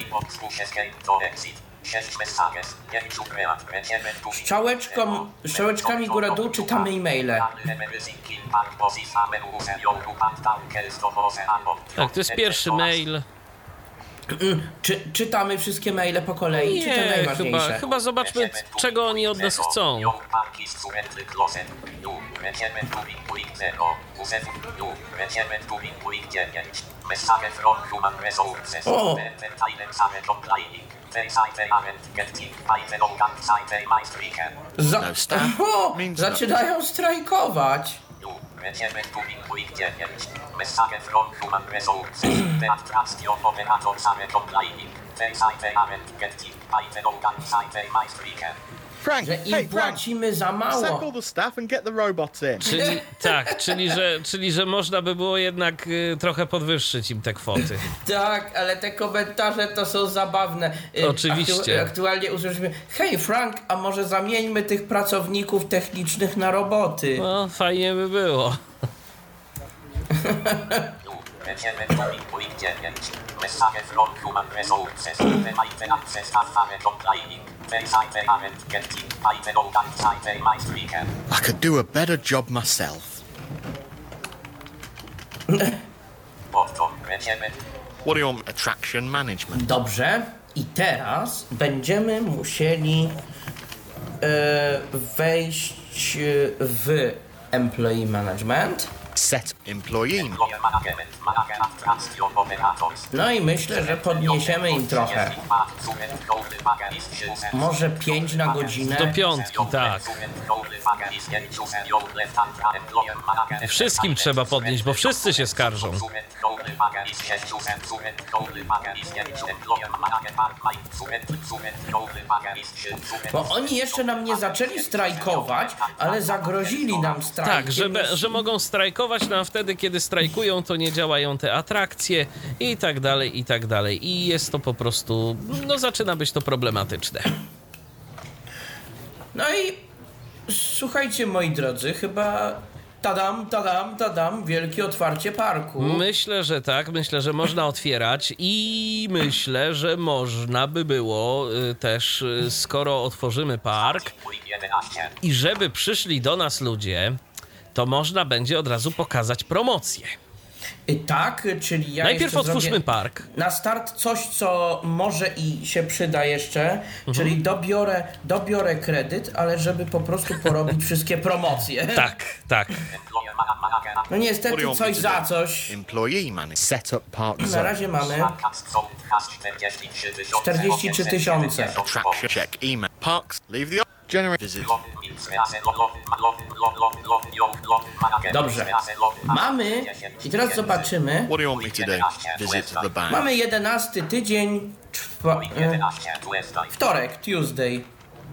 Strzałeczką, strzałeczkami góra-dół czytamy e-maile. tak, to jest pierwszy mail. Czy, czytamy wszystkie maile po kolei, czy te Nie, najważniejsze? chyba, chyba zobaczmy, czego oni od nas chcą. O! Za... No staff O, means no. zaczynają strajkować. Frank, Że im hey Frank, płacimy za sack mało. all the staff and get the robots in. Czyli, tak, czyli że, czyli że można by było jednak y, trochę podwyższyć im te kwoty. Tak, ale te komentarze to są zabawne. Y, Oczywiście. Aktu- aktualnie usłyszeliśmy, hej Frank, a może zamieńmy tych pracowników technicznych na roboty? No, fajnie by było. I could do a better job myself. Oto będziemy. What do you want? Attraction management. Dobrze. I teraz będziemy musieli e, wejść w Employee Management. Set employee. Employer management. Manager attraction operators. No i myślę, że podniesiemy im trochę. Może pięć na godzinę. Do piątki, tak. Wszystkim trzeba podnieść, bo wszyscy się skarżą. Bo oni jeszcze nam nie zaczęli strajkować, ale zagrozili nam strajkiem. Tak, że, be, że mogą strajkować, no a wtedy, kiedy strajkują, to nie działają te atrakcje i tak dalej, i tak dalej. I jest to po prostu, no zaczyna być to problematyczne. No i słuchajcie, moi drodzy, chyba tadam, tadam, tadam, wielkie otwarcie parku. Myślę, że tak, myślę, że można otwierać i myślę, że można by było y, też, y, skoro otworzymy park i żeby przyszli do nas ludzie, to można będzie od razu pokazać promocję. I tak, czyli ja Najpierw jeszcze otwórzmy zrobię park. Na start coś, co może i się przyda jeszcze, mhm. czyli dobiorę, dobiorę kredyt, ale żeby po prostu porobić wszystkie promocje. Tak, tak. No niestety coś za coś. Employee management. Set up park Na zone. razie mamy czterdzieści trzy tysiące. Attraction check email. Parks. Leave the generate visit. Dobrze. Mamy i teraz zobaczymy. What do you want me to do? Visit the bank. Mamy jedenasty tydzień, czwa, e, wtorek, Tuesday.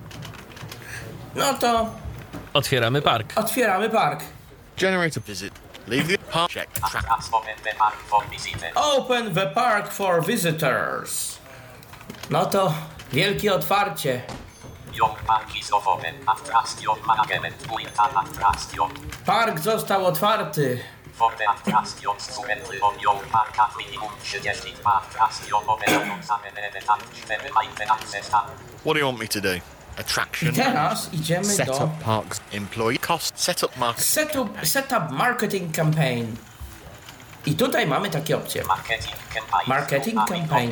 No to Otwieramy park. otwieramy park. Generate a visit. Leave the park check. Attract. Open the park for visitors. No to wielkie otwarcie. Park został otwarty. What do you want me to do? Attraction. I teraz idziemy Set do up parks. Employee cost. Set up market. setup, setup marketing campaign. I tutaj mamy takie opcje. Marketing campaign.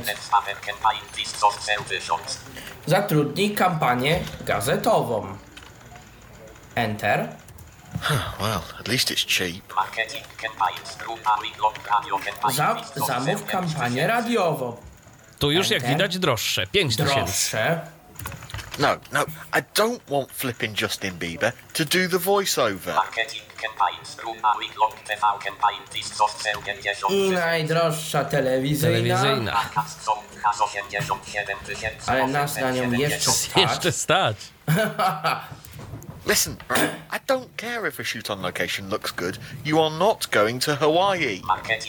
Zatrudnij kampanię gazetową. Enter. Well, at least it's cheap. Za, zamów kampanię radiową. Tu już jak Enter. widać droższe. pięć tysięcy. Droższe. No, no, I don't want flipping Justin Bieber to do the voiceover. I najdroższa telewizyjna. Telewizyjna. Ale nas na nią jeszcze stać. Jeszcze stać. Listen, I don't care if a shoot on location looks good. You are not going to Hawaii.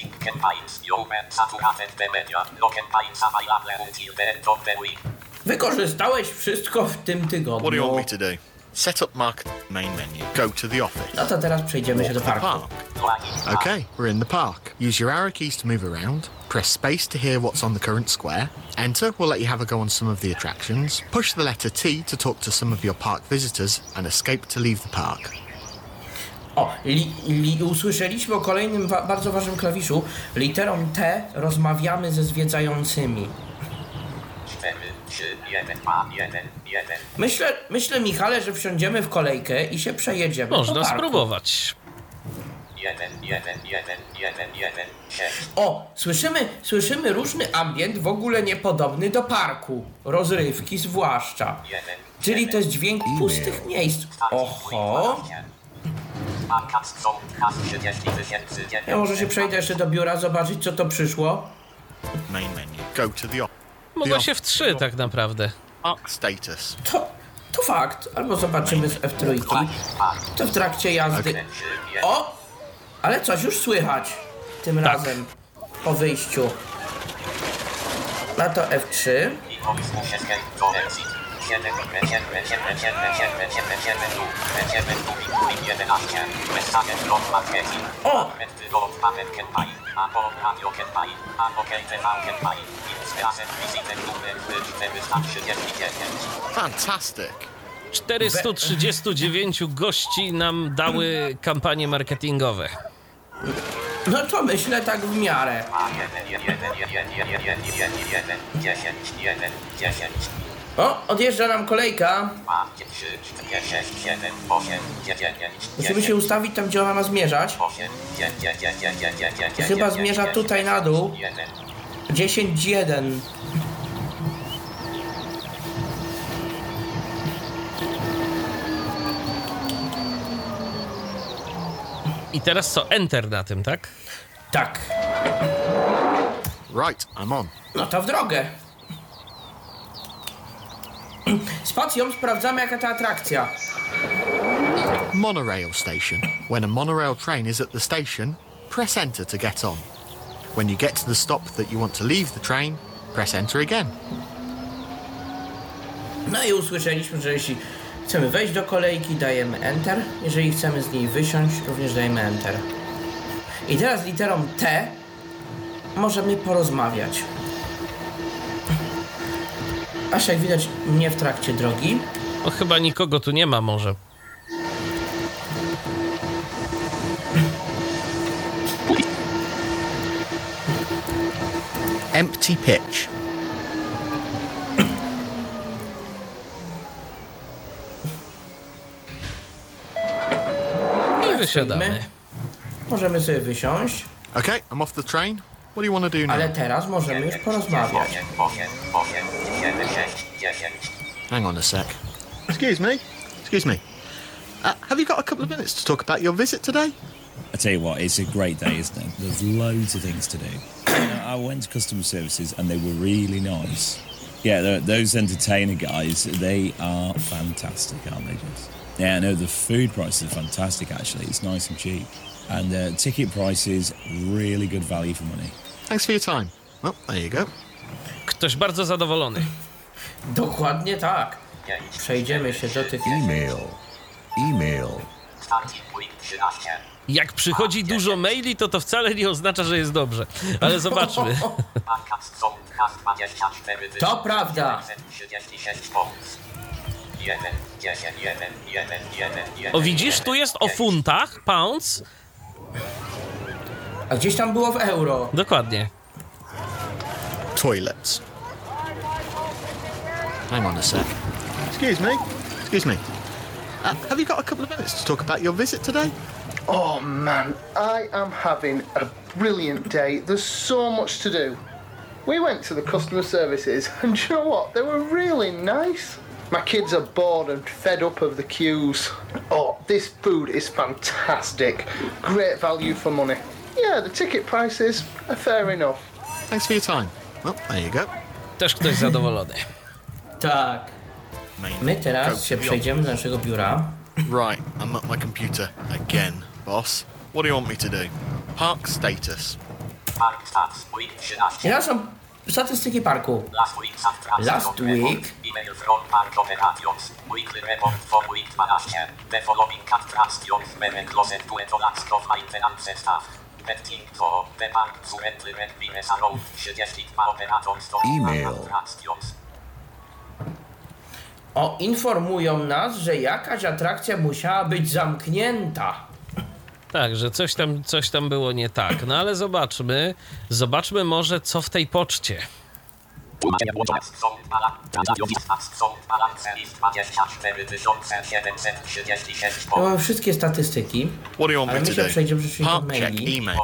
Wykorzystałeś wszystko w tym What do you want tygodniu. me to do? Set up market main menu. Go to the office. No to teraz przejdziemy się do The parku. park. Okay, we're in the park. Use your arrow keys to move around. Press space to hear what's on the current square. Enter will let you have a go on some of the attractions. Push the letter T to talk to some of your park visitors and escape to leave the park. O, li, li, usłyszeliśmy o kolejnym wa- bardzo ważnym klawiszu. Literą T rozmawiamy ze zwiedzającymi. Myślę, myślę, Michale, że wsiądziemy w kolejkę i się przejedziemy po Można parku. spróbować. O, słyszymy, słyszymy różny ambient, w ogóle niepodobny do parku. Rozrywki zwłaszcza. Czyli to jest dźwięk pustych miejsc. Oho. Ja może się przejdę jeszcze do biura, zobaczyć co to przyszło. Main menu. Go to the office. Mogło się w trzy tak naprawdę. Park status. To, to fakt. Albo zobaczymy z F trzy. To w trakcie jazdy. O! Ale coś już słychać tym Tak. razem po wyjściu. Na to F trzy. O! Fantastic. czterystu trzydziestu dziewięciu gości nam dały kampanie marketingowe. No to myślę tak w miarę. O, odjeżdża nam kolejka. Musimy się ustawić tam, gdzie ona ma zmierzać. Chyba zmierza tutaj na dół. dziesięć jeden. I teraz co? Enter na tym, tak? Tak. Right, I'm on. No to w drogę. Spacją sprawdzamy, jaka ta atrakcja. Monorail station. When a monorail train is at the station, press enter to get on. When you get to the stop that you want to leave the train, press enter again. No i usłyszeliśmy, że jeśli chcemy wejść do kolejki, dajemy enter. Jeżeli chcemy z niej wysiąść, również dajemy enter. I teraz literą T możemy porozmawiać. Aż jak widać, nie w trakcie drogi. O, chyba nikogo tu nie ma może. Empty pitch. I wysiadamy. Możemy sobie wysiąść, Okay, I'm off the train. What do you want to do now? ale teraz możemy już porozmawiać. Hang on a sec. Excuse me. Excuse me. Uh, have you got a couple of minutes to talk about your visit today? I tell you what, it's a great day, isn't it? There's loads of things to do. You know, I went to customer services and they were really nice. Yeah, th- those entertainer guys, they are fantastic, aren't they, just? Yeah, no, the food prices are fantastic, actually. It's nice and cheap. And uh, ticket prices, really good value for money. Thanks for your time. Well, there you go. Ktoś bardzo zadowolony. Dokładnie tak. Przejdziemy się do tych... Email. Email. Jak przychodzi dużo maili, to to wcale nie oznacza, że jest dobrze. Ale zobaczmy. To prawda. O, widzisz, tu jest o funtach, pounds. A gdzieś tam było w euro. Dokładnie. Toilets. Hang on a sec. Excuse me. Excuse me. Uh, have you got a couple of minutes to talk about your visit today? Oh man, I am having a brilliant day. There's so much to do. We went to the customer services and do you know what? They were really nice. My kids are bored and fed up of the queues. Oh, this food is fantastic. Great value for money. Yeah, the ticket prices are fair enough. Thanks for your time. Well, there you go. Też ktoś zadowolony. Tak. My teraz się przejdziemy do naszego biura. Right, I'm at my computer again, boss. What do you want me to do? Park status. Park stats, week trzynaście. I teraz są statystyki parku. Last week Last week. Email from Park Operations. Weekly report for week dwanaście. The following attractions were closed to a collapse of maintenance staff. Betting for the park currently requires around trzydzieści dwa operations to Email. attractions. O, informują nas, że jakaś atrakcja musiała być zamknięta. Tak, że coś tam, coś tam było nie tak. No ale zobaczmy. Zobaczmy może, co w tej poczcie. Ja mam wszystkie statystyki, What do you want ale me my to się do? przejdziemy rzeczywiście do Park check maili. email.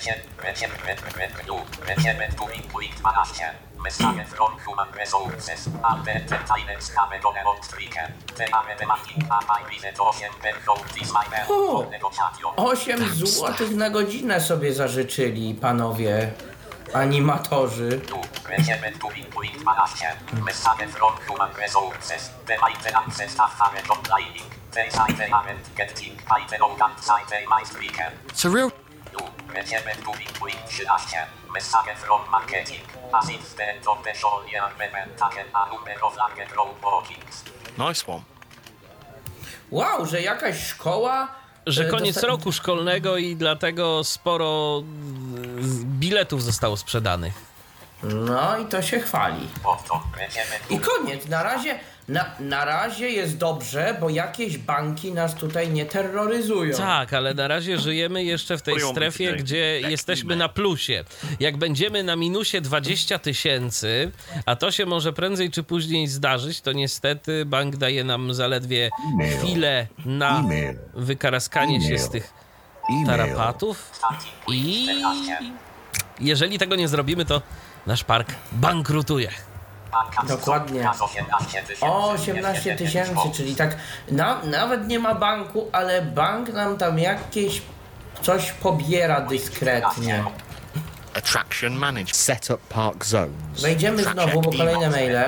Message from Human Resources. Albert Entertainment Cameron on Trigger. Te are demanding a my visit osiem per code is my mail. O, Negocjation. osiem złotych na godzinę sobie zażyczyli panowie animatorzy. Będziemy tu week dwanaście. Message from Human Resources. The maintenance staff are complaining. They say they aren't getting paid alongside my Trigger. It's a real... Będziemy tu week trzynaście. Message from marketing. As instead of the show you are taken a number of large road bookings. Nice one. Wow, że jakaś szkoła... Że e, koniec dosta- roku szkolnego i dlatego sporo mm, biletów zostało sprzedanych. No i to się chwali. I koniec, na razie, na, na razie jest dobrze, bo jakieś banki nas tutaj nie terroryzują. Tak, ale na razie żyjemy jeszcze w tej strefie, gdzie jesteśmy na plusie. Jak będziemy na minusie dwadzieścia tysięcy, a to się może prędzej czy później zdarzyć, to niestety bank daje nam zaledwie chwilę na wykaraskanie się z tych tarapatów i jeżeli tego nie zrobimy, to nasz park bankrutuje. Dokładnie. O, osiemnaście tysięcy, czyli tak na, nawet nie ma banku, ale bank nam tam jakieś coś pobiera dyskretnie. Attraction manage. Set up park zones. Wejdziemy znowu, bo kolejne maile.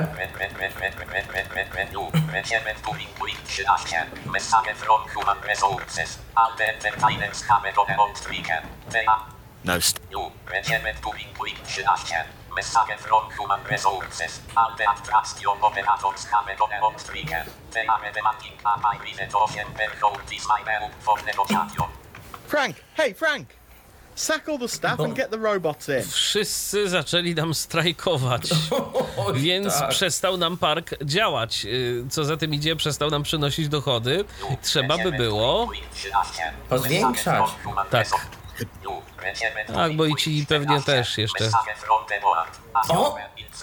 No. St- Message from Human Resources. Alte Attraction Operators Cameron on Streaker. They are demanding a my visit of an Berhold is my help for negotiation. Frank! Hey, Frank! Sack all the staff and get the robots in. Wszyscy zaczęli nam strajkować, Oj, więc tak. przestał nam park działać. Co za tym idzie, przestał nam przynosić dochody. Trzeba by było pozwiększać. Tak. Tak, bo i ci pewnie też jeszcze. O!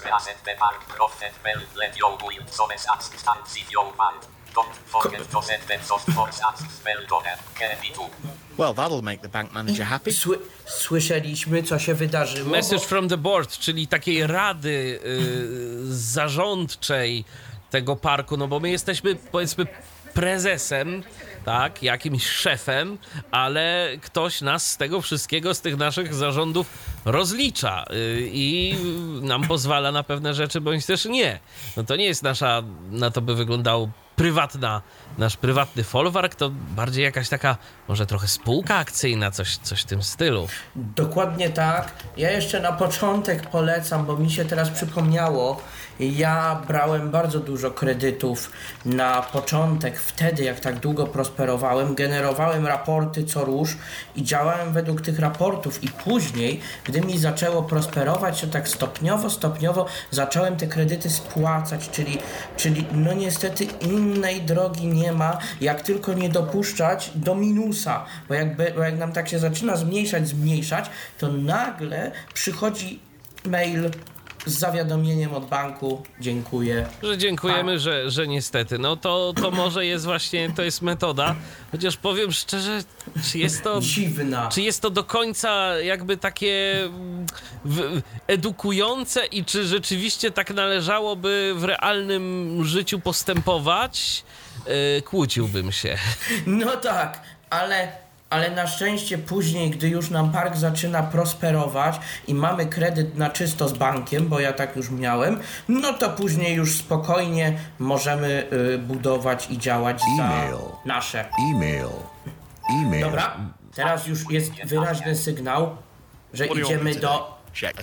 Well, that'll make the bank manager happy. Sły- słyszeliśmy, co się wydarzyło. Message from the board, czyli takiej rady y, zarządczej tego parku, no bo my jesteśmy, powiedzmy, prezesem, tak, jakimś szefem, ale ktoś nas z tego wszystkiego, z tych naszych zarządów rozlicza y, i nam pozwala na pewne rzeczy, bądź też nie. No to nie jest nasza, na to by wyglądał prywatna, nasz prywatny folwark, to bardziej jakaś taka, może trochę spółka akcyjna, coś, coś w tym stylu. Dokładnie tak. Ja jeszcze na początek polecam, bo mi się teraz przypomniało, ja brałem bardzo dużo kredytów na początek, wtedy jak tak długo prosperowałem, generowałem raporty co róż i działałem według tych raportów i później, gdy mi zaczęło prosperować, to tak stopniowo, stopniowo zacząłem te kredyty spłacać, czyli, czyli no niestety innej drogi nie ma, jak tylko nie dopuszczać do minusa, bo, jakby, bo jak nam tak się zaczyna zmniejszać, zmniejszać, to nagle przychodzi mail z zawiadomieniem od banku, dziękuję. Że dziękujemy, że, że niestety. No to, to może jest właśnie, to jest metoda, chociaż powiem szczerze, czy jest to... Dziwna. Czy jest to do końca jakby takie w, edukujące i czy rzeczywiście tak należałoby w realnym życiu postępować? Yy, kłóciłbym się. No tak, ale... Ale na szczęście później, gdy już nam park zaczyna prosperować i mamy kredyt na czysto z bankiem, bo ja tak już miałem, no to później już spokojnie możemy y, budować i działać E-mail. za nasze. Email. Email. Dobra, teraz już jest wyraźny sygnał, że idziemy do,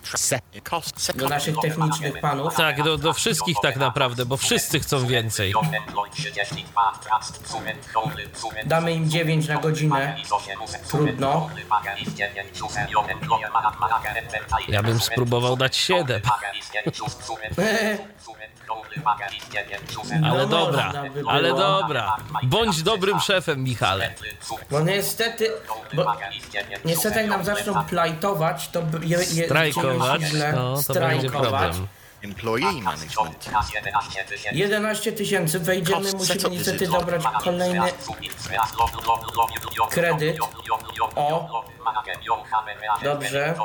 do naszych technicznych panów. Tak, do, do wszystkich tak naprawdę, bo wszyscy chcą więcej. Damy im dziewięć na godzinę. Trudno. Ja bym spróbował dać siedem. Ale No dobra, można by ale było. dobra. Bądź dobrym szefem, Michale. Bo niestety, bo niestety jak nam zaczną plajtować, to b- je, je, Strajkować, dzieje się źle. no to będzie Strajkować. problem. Employee management. jedenaście tysięcy, wejdziemy, musimy niestety dobrać kolejny kredyt. O, dobrze.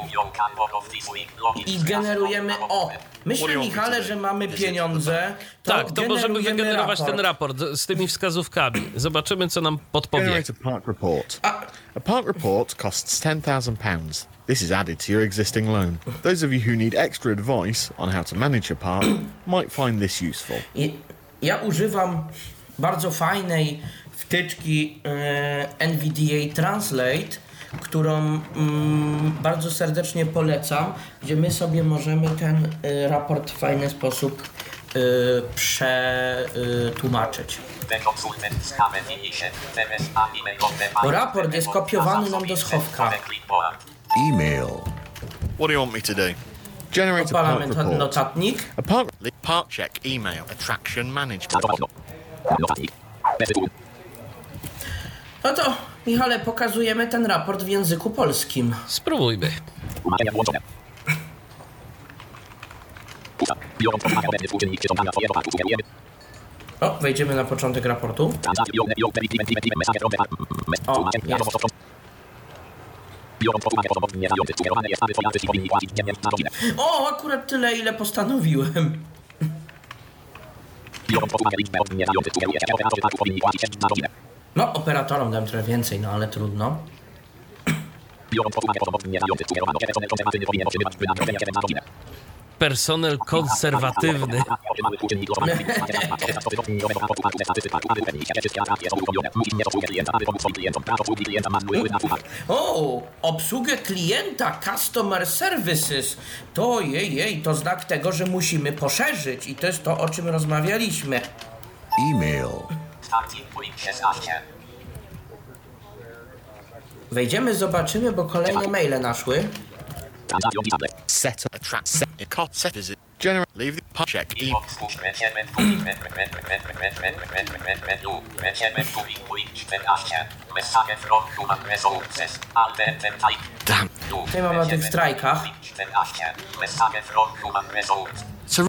I generujemy, o, myślę, Michale, że mamy pieniądze, to Tak, to możemy generujemy wygenerować raport. ten raport z tymi wskazówkami. Zobaczymy, co nam podpowie. Generate a park report. A park report costs ten thousand pounds. This is added to your existing loan. Those of you who need extra advice on how to manage your park might find this useful. I ja używam bardzo fajnej wtyczki e, N V D A Translate, którą mm, bardzo serdecznie polecam, gdzie my sobie możemy ten e, raport w fajny sposób e, przetłumaczyć. Bo raport jest kopiowany nam do schowka. Email. What do you want me to do? Generate a Odpalamy park to- report. notatnik. A park, park check email attraction management. No to, Michale, pokazujemy ten raport w języku polskim. Spróbujmy. Umawiania włączone. Pusta. Biorąc pod uwagę obecny współczynnik przyciągania twojego parku, sugerujemy. O, wejdziemy na początek raportu. Transakcje biorące, biorące, event, event, event, message from the park. O, Tłumaczenie, jest. wiadomo, co- Biorąc pod uwagę sposob nie znający, sugerowane jest, aby pojazdy powinni płacić dziennie na godzinę. O, akurat tyle, ile postanowiłem. Biorąc pod uwagę liczbę osób nie znających, sugeruje się, że operatorzy parku powinni płacić na godzinę. No, operatorom dam trochę więcej, no ale trudno. Biorąc pod uwagę sposob nie znających, sugerowano, że personel konserwatywny powinien otrzymywać wynagrodzenie siedem na godzinę. Personel konserwatywny. Mały współczynnik głosowania, nowego raportu parku, ze statystyk parku, aby upewnić się, że wszystkie atrakcje są uruchomione. Musisz nie obsługę klienta, aby pomóc swoim klientom. Prawo obsługi klienta ma wpływ na park. O, obsługę klienta, customer services. To jej, jej, to znak tego, że musimy poszerzyć i to jest to, o czym rozmawialiśmy. Email. Starting point szesnaście. Wejdziemy, zobaczymy, bo kolejne maile naszły. Transakcją disable. Set a attract set a cot set visit. Generate leave the park check email. Damn. Tutaj mamy o tych strajkach. So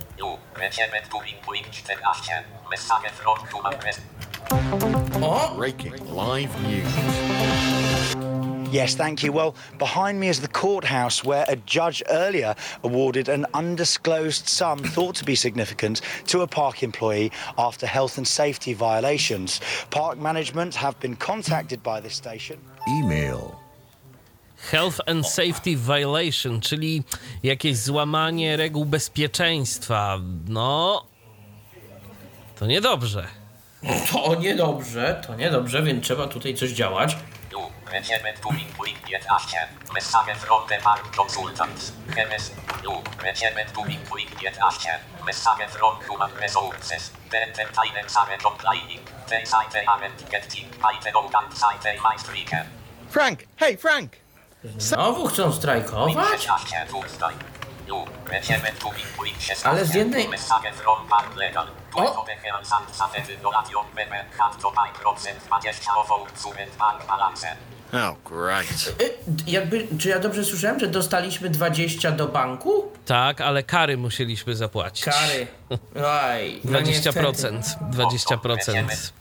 O, breaking live news. Yes, thank you. Well, behind me is the courthouse where a judge earlier awarded an undisclosed sum thought to be significant to a park employee after health and safety violations. Park management have been contacted by this station. Email. Health and Safety Violation, czyli jakieś złamanie reguł bezpieczeństwa. No, to niedobrze. to niedobrze, to niedobrze, więc trzeba tutaj coś działać. Management Tooling Point piętnaście. Message from the Park Consultants. Chemist. U. Management Tooling Point piętnaście. Message from Human Resources. The entertainment are complying. They site aren't getting by the organ site my streaker. Frank, hey Frank. Znowu chcą strajkować? szesnaście Tuesday. U. Management Tooling Point szesnaście. Ale z jednej... Message from Park Legal. O! To the Health and Safety Violation Bebe had to five percent dwadzieścia of Summit Park Balance. Oh, great. Y, jakby, czy ja dobrze słyszałem, że dostaliśmy dwadzieścia do banku? Tak, ale kary musieliśmy zapłacić. Kary. Oj, no dwadzieścia procent. niestety. dwadzieścia procent.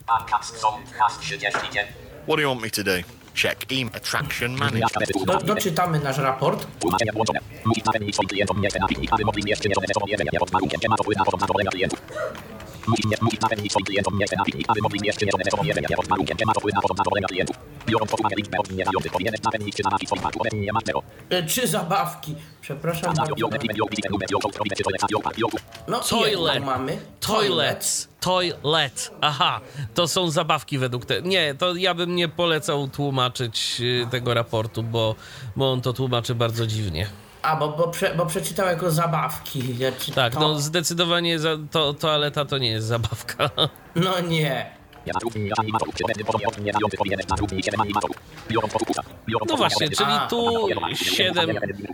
What do you want me to do? Check email attraction management. Do, doczytamy nasz raport. Tłumaczenia włączone. Musisz zapewnić swoim klientom miejsce na piknik, aby mogli zjeść niezależne jedzenie pod warunkiem, że ma to wpływ na poziom zadowolenia klientów. Musisz, nie, musisz zapewnić swoim klientom miejsce na piknik, aby mogli zjeść niezależne jedzenie pod warunkiem, że ma to wpływ na poziom zadowolenia klientów. Biorąc pod uwagę liczbę osób niezających, powinieneś zapewnić, czy zabawki w swoim parku obecnie nie ma zero. Y, Trzy zabawki. Przepraszam bardzo. No i jedną Toilet. mamy. Toilets. Toilet. Aha, to są zabawki według te... Nie, to ja bym nie polecał tłumaczyć y, tego raportu, bo, bo on to tłumaczy bardzo dziwnie. A, bo, bo, prze, bo przeczytał jako zabawki. Ja czy Tak, to... no zdecydowanie za, to, toaleta to nie jest zabawka. No nie. No właśnie, czyli tu siedem...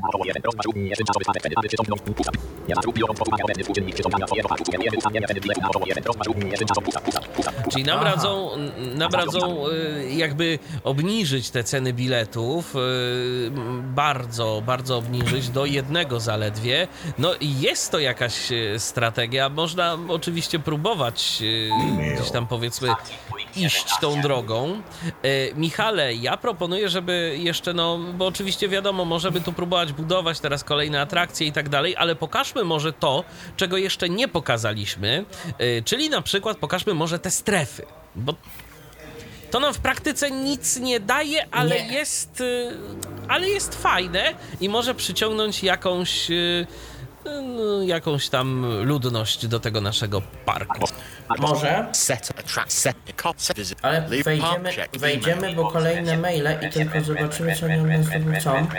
Czyli nam radzą, nam radzą y, jakby obniżyć te ceny biletów, y, bardzo, bardzo obniżyć do jednego zaledwie. No i jest to jakaś y, strategia, można oczywiście próbować y, gdzieś tam powiedzmy iść tą drogą. Y, Michale, ja proponuję, żeby jeszcze, no bo oczywiście wiadomo, możemy tu próbować budować teraz kolejne atrakcje i tak dalej, ale pokażmy może to, czego jeszcze nie pokazaliśmy, y, czyli na przykład pokażmy może te strefy, bo to nam w praktyce nic nie daje, ale Nie. jest y, ale jest fajne i może przyciągnąć jakąś y, no, jakąś tam ludność do tego naszego parku. Może, Set attract set a cot set visit. ale Leave park wejdziemy, check wejdziemy, bo kolejne maile i tylko zobaczymy, co oni od nas tu chcą.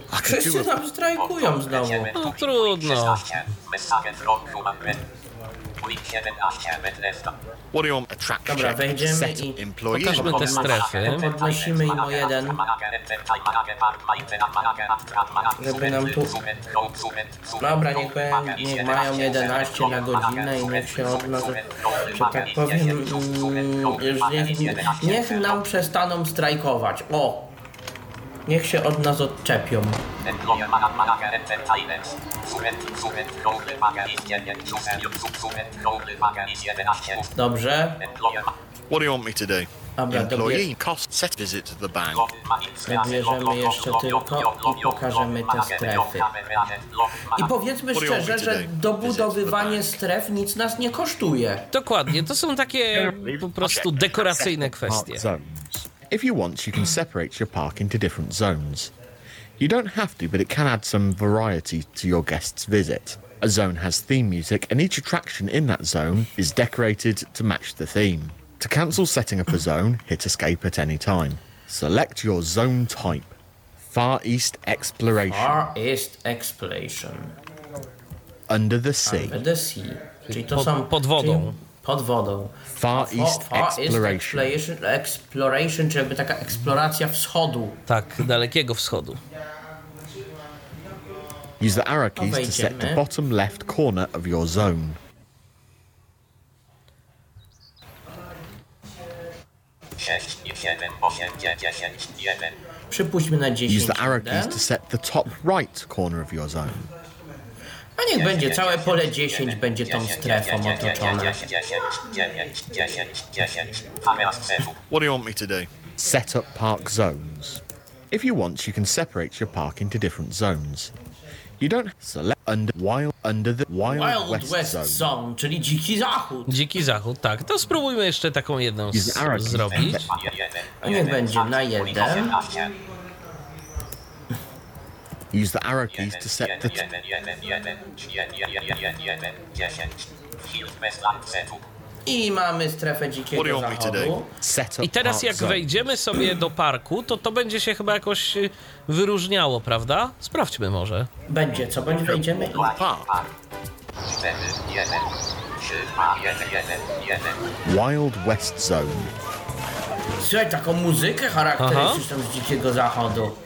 Wszyscy nam strajkują znowu. No trudno. What do you want? Attraction Dobra, check. wejdziemy Set i employee. Pokażmy te strefy. podnosimy im o jeden, żeby nam tu... Dobra, niech, be, niech mają jedenaście na godzinę i niech się od nas, że tak powiem, mm, już niech, niech nam przestaną strajkować. O! Niech się od nas odczepią. Dobrze. What do you want me to do? Dobra, Employee cost set visit to the bank. dobierzemy jeszcze tylko i pokażemy te strefy. I powiedzmy szczerze, że dobudowywanie stref nic nas nie kosztuje. Dokładnie, to są takie po prostu dekoracyjne kwestie. Park zones. If you want, you can separate your park into different zones. You don't have to, but it can add some variety to your guest's visit. A zone has theme music, and each attraction in that zone is decorated to match the theme. To cancel setting up a zone, hit escape at any time. Select your zone type. Far East Exploration. Far East Exploration. Under the sea. Under the sea. Czyli to Pod- są... pod wodą. Czyli pod wodą. Far East Far East Exploration. Exploration, exploration, czyli jakby taka eksploracja wschodu. Tak, dalekiego wschodu. Use the arrow keys to set the bottom left corner of your zone. Przypuśćmy na dziesięć. Use the arrow keys jeden. to set the top right corner of your zone. A niech będzie całe pole dziesięć będzie tą strefą otoczone. What do you want me to do? Set up park zones. If you want, you can separate your park into different zones. You don't select under wild under the wild, Wild west, West zone. Zone, czyli dziki zachód. Dziki zachód, tak. To spróbujmy jeszcze taką jedną Use z, the arrow keys. zrobić. A niech będzie na jeden. Use the arrow keys to set the t- I mamy strefę What do dzikiego you want me to do? zachodu. set up I teraz park jak zone. wejdziemy sobie do parku, to to będzie się chyba jakoś y, wyróżniało, prawda? Sprawdźmy może. Będzie, co będzie, wejdziemy i... Park. Wild West Zone. Słuchaj, taką muzykę charakterystyczną z dzikiego zachodu.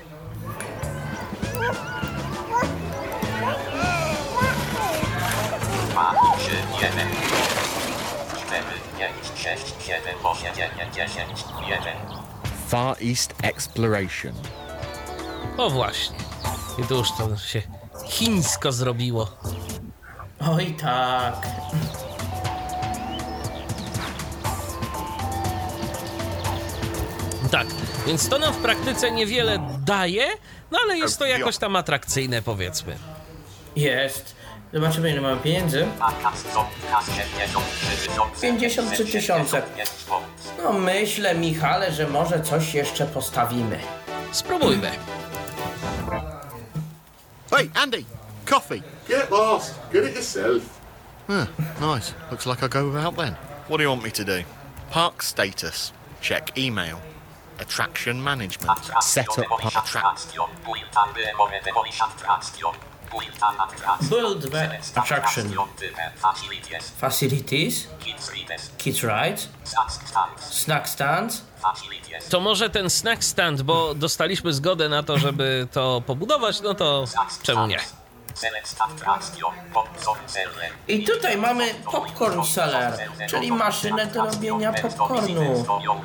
Far East Exploration. O właśnie. I tu już to się chińsko zrobiło. Oj tak. Tak, więc to nam w praktyce niewiele daje, no ale jest to jakoś tam atrakcyjne, powiedzmy. Jest. Zobaczymy, ile mamy pieniędzy. pięćdziesiąt trzy tysiące. No myślę, Michale, że może coś jeszcze postawimy. Spróbujmy. Hey, Andy, coffee. Get lost. Get it yourself. Huh, nice. Looks like I go without then. What do you want me to do? Park status. Check email. Attraction management. Set up park attract. Build the attraction. Facilities. Kids rides. Snack stands. To może ten snack stand, bo dostaliśmy zgodę na to, żeby to pobudować, no to czemu nie? I tutaj mamy popcorn seller, czyli maszynę do robienia popcornu.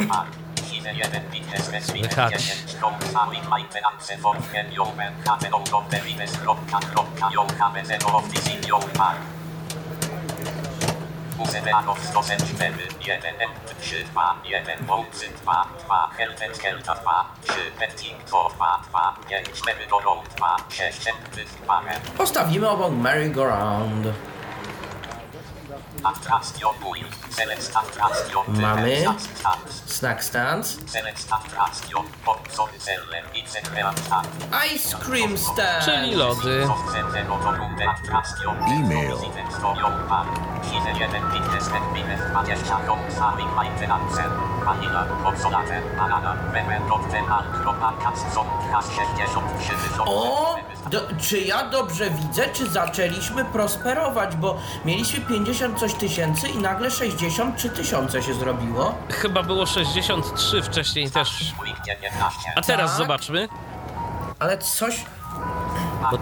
Słychać. Postawimy obok merry-go-round. Mamy snack stands. Ice cream stand. Czyli lody. Email. O, Do, czy ja dobrze widzę, czy zaczęliśmy prosperować, bo mieliśmy pięćdziesiąt coś tysięcy i nagle sześćdziesiąt trzy tysiące się zrobiło? Chyba było sześćdziesiąt trzy wcześniej też. A teraz Tak? zobaczmy. Ale coś... Bo...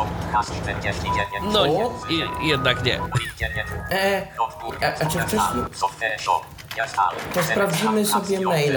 No i, jednak nie. E, a, a czy wcześniej? To sprawdzimy sobie maile.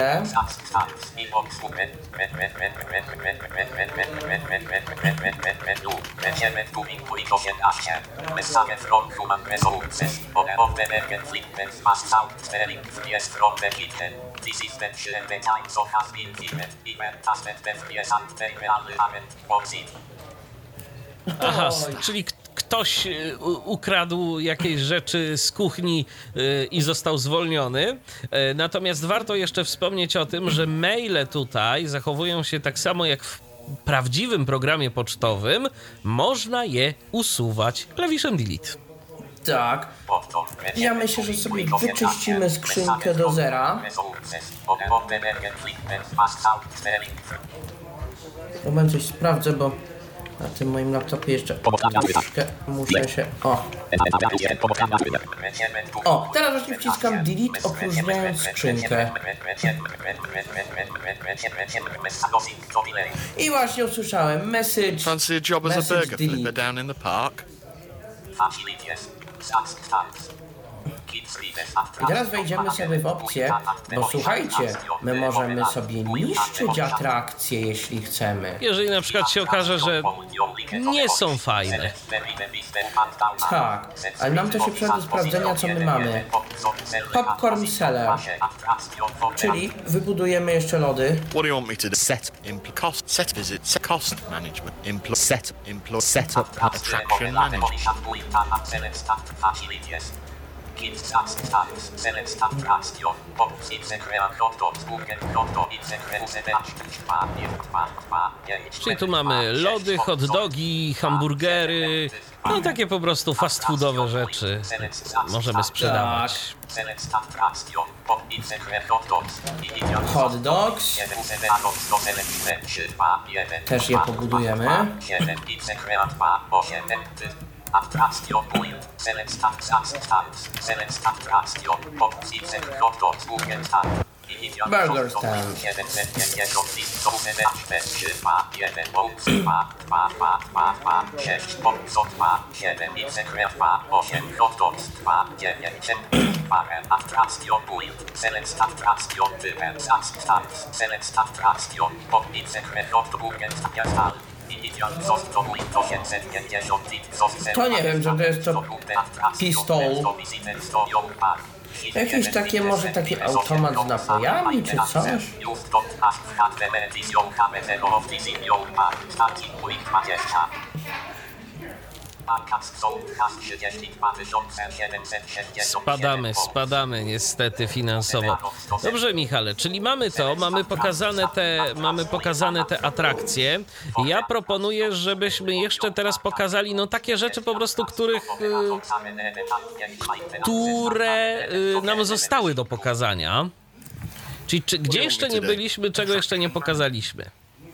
Aha, czyli ktoś ukradł jakieś rzeczy z kuchni i został zwolniony. Natomiast warto jeszcze wspomnieć o tym, że maile tutaj zachowują się tak samo jak w prawdziwym programie pocztowym. Można je usuwać klawiszem delete. Tak. Ja myślę, że sobie wyczyścimy skrzynkę do zera. Moment, coś sprawdzę, bo na tym moim laptopie jeszcze troszkę muszę się... O! O, teraz właśnie wciskam delete, opróżniając skrzynkę. I właśnie usłyszałem message... Fancy a job as a message burger flipper down in the park? I teraz wejdziemy sobie w opcję, bo słuchajcie, my możemy sobie niszczyć atrakcje, jeśli chcemy. Jeżeli na przykład się okaże, że nie są fajne. Tak, ale nam to się przyda do sprawdzenia, co my mamy. Popcorn seller, czyli wybudujemy jeszcze lody. What do you want me to do? Set, impl- cost, set visit, set cost management, impl- set, impl- set up attraction management. Czyli tu mamy lody, hot dogi, hamburgery, no takie po prostu fast foodowe rzeczy możemy sprzedawać. Hot dogs. Też je pobudujemy. Attraktion point, select attraktion, select attraktion, popsicek hot dogs, Burgerstand. Burger stand. Attraktion point, select attraktion, Burgerstand, select attraktion, popsicek hot Burgerstand. To nie wiem, że to jest to pistol. Jakieś takie, może taki automat z napojami, czy coś? Spadamy, spadamy niestety finansowo. Dobrze, Michale, czyli mamy to, mamy pokazane te, mamy pokazane te atrakcje. Ja proponuję, żebyśmy jeszcze teraz pokazali no takie rzeczy po prostu, których, które nam zostały do pokazania. Czyli czy, gdzie jeszcze nie byliśmy, czego jeszcze nie pokazaliśmy?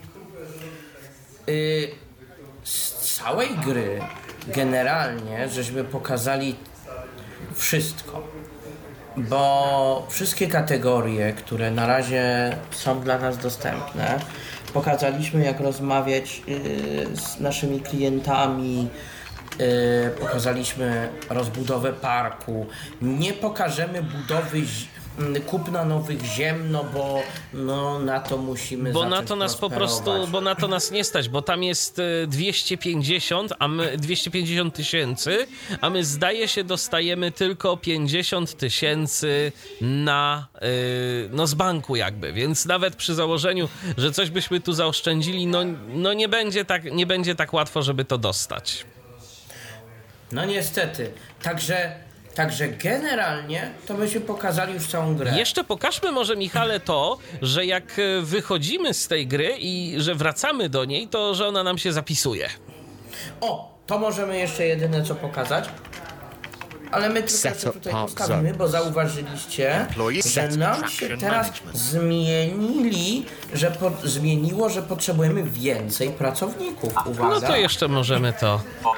Yy, z całej gry generalnie żeśmy pokazali wszystko, bo wszystkie kategorie, które na razie są dla nas dostępne, pokazaliśmy, jak rozmawiać yy, z naszymi klientami, yy, pokazaliśmy rozbudowę parku. Nie pokażemy budowy kupna nowych ziem, no bo no, na to musimy bo zacząć na to nas po prostu, bo na to nas nie stać, bo tam jest dwieście pięćdziesiąt, a my dwieście pięćdziesiąt tysięcy, a my zdaje się dostajemy tylko pięćdziesiąt tysięcy na yy, no z banku jakby, więc nawet przy założeniu, że coś byśmy tu zaoszczędzili, no, no nie będzie tak, nie będzie tak łatwo, żeby to dostać. No niestety, także Także generalnie to byśmy pokazali już całą grę. Jeszcze pokażmy może, Michale, to, że jak wychodzimy z tej gry i że wracamy do niej, to że ona nam się zapisuje. O, to możemy jeszcze jedyne co pokazać. ale my tylko jeszcze tutaj postawimy, bo zauważyliście, że nam się teraz zmienili, że po, zmieniło, że potrzebujemy więcej pracowników. Uwaga. No to jeszcze możemy to.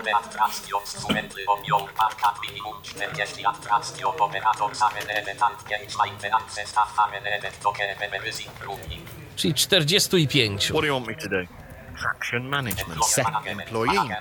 Czyli czterdzieści pięć. What do you want me to do? Traction management. Set employee.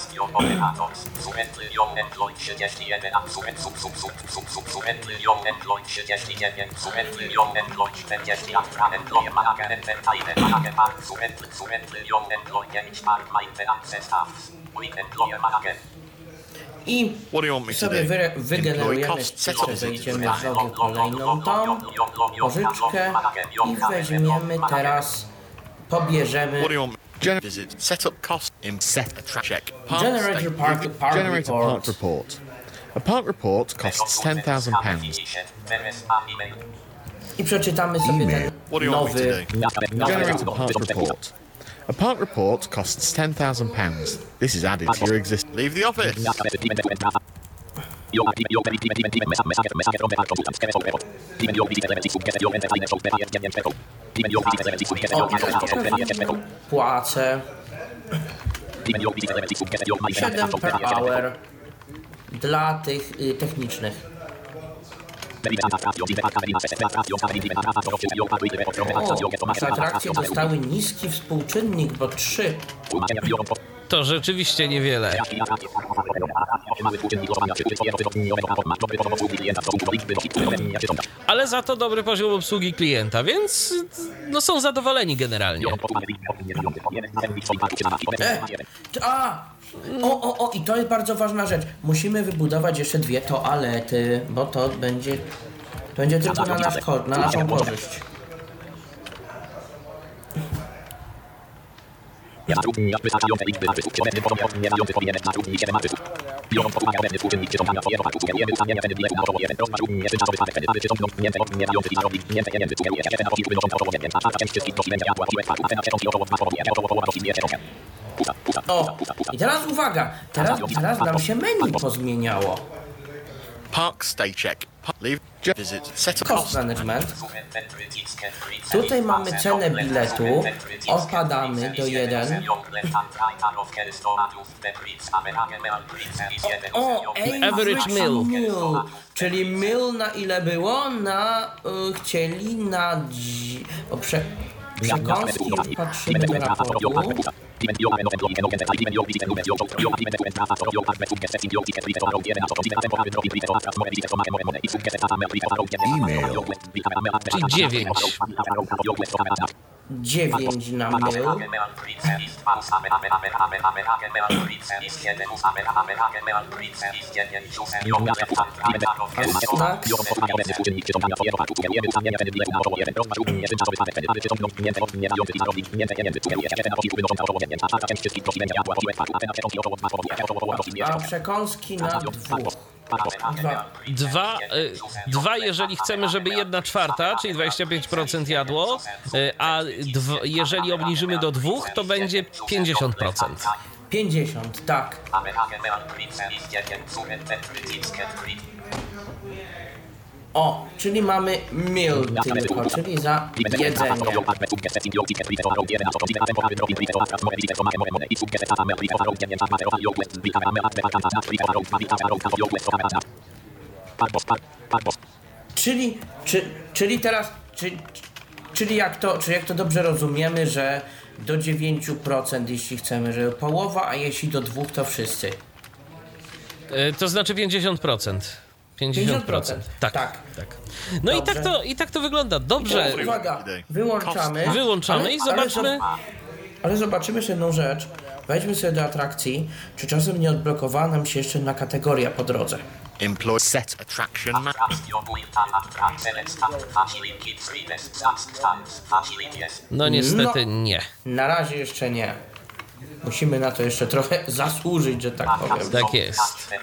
I sobie wy, wygenerujemy, sobie wejdziemy znowu kolejną tą pożyczkę i weźmiemy teraz, pobierzemy Set up cost in set a track check. Generator park, park Generate a report. park report. A park report costs ten thousand pounds. I przeczytamy sobie ten nowy... Generate a park report. A park report costs ten thousand pounds. This is added to your existing... Leave the office. O, płacę siedem per hour dla tych y, technicznych. O, nasze atrakcje dostały niski współczynnik, bo trzy. To rzeczywiście niewiele. Ale za to dobry poziom obsługi klienta, więc no są zadowoleni generalnie. E, a! O, o, o, i to jest bardzo ważna rzecz. Musimy wybudować jeszcze dwie toalety, bo to będzie, to będzie tylko na, nasz, na naszą korzyść. O, i teraz uwaga, teraz, teraz nam się menu pozmieniało. Park stay check. Leave visit. Set up Cost management. Tutaj mamy cenę biletu. Odpadamy do jeden. O, Average meal. meal. Czyli meal na ile było? Na, y, chcieli na... Dzi- o, prze, przekąski, patrzymy do raportu. E-mail. Czyli dziewięć. dziewięć na mail. A przekąski na dwóch. Dwa. Dwa, y, dwa, jeżeli chcemy, żeby jedna czwarta, czyli dwadzieścia pięć procent jadło, y, a dw, jeżeli obniżymy do dwóch, to będzie pięćdziesiąt procent. pięćdziesiąt, tak. O, czyli mamy meal tylko, czyli za jedzenie. Czyli, czy, czyli teraz, czy, czyli jak to, czy jak to dobrze rozumiemy, że do dziewięć procent jeśli chcemy, żeby połowa, a jeśli do dwóch to wszyscy. Y, to znaczy pięćdziesiąt procent. pięćdziesiąt procent. Tak, tak. tak. No i tak, to, i tak to wygląda. Dobrze. No, uwaga, wyłączamy. Wyłączamy ale, i zobaczmy. Ale, ale zobaczymy jeszcze jedną rzecz. Wejdźmy sobie do atrakcji, czy czasem nie odblokowała nam się jeszcze jedna kategoria po drodze. Employ set attraction. No niestety no, nie. Na razie jeszcze nie. Musimy na to jeszcze trochę zasłużyć, że tak powiem. Tak jest.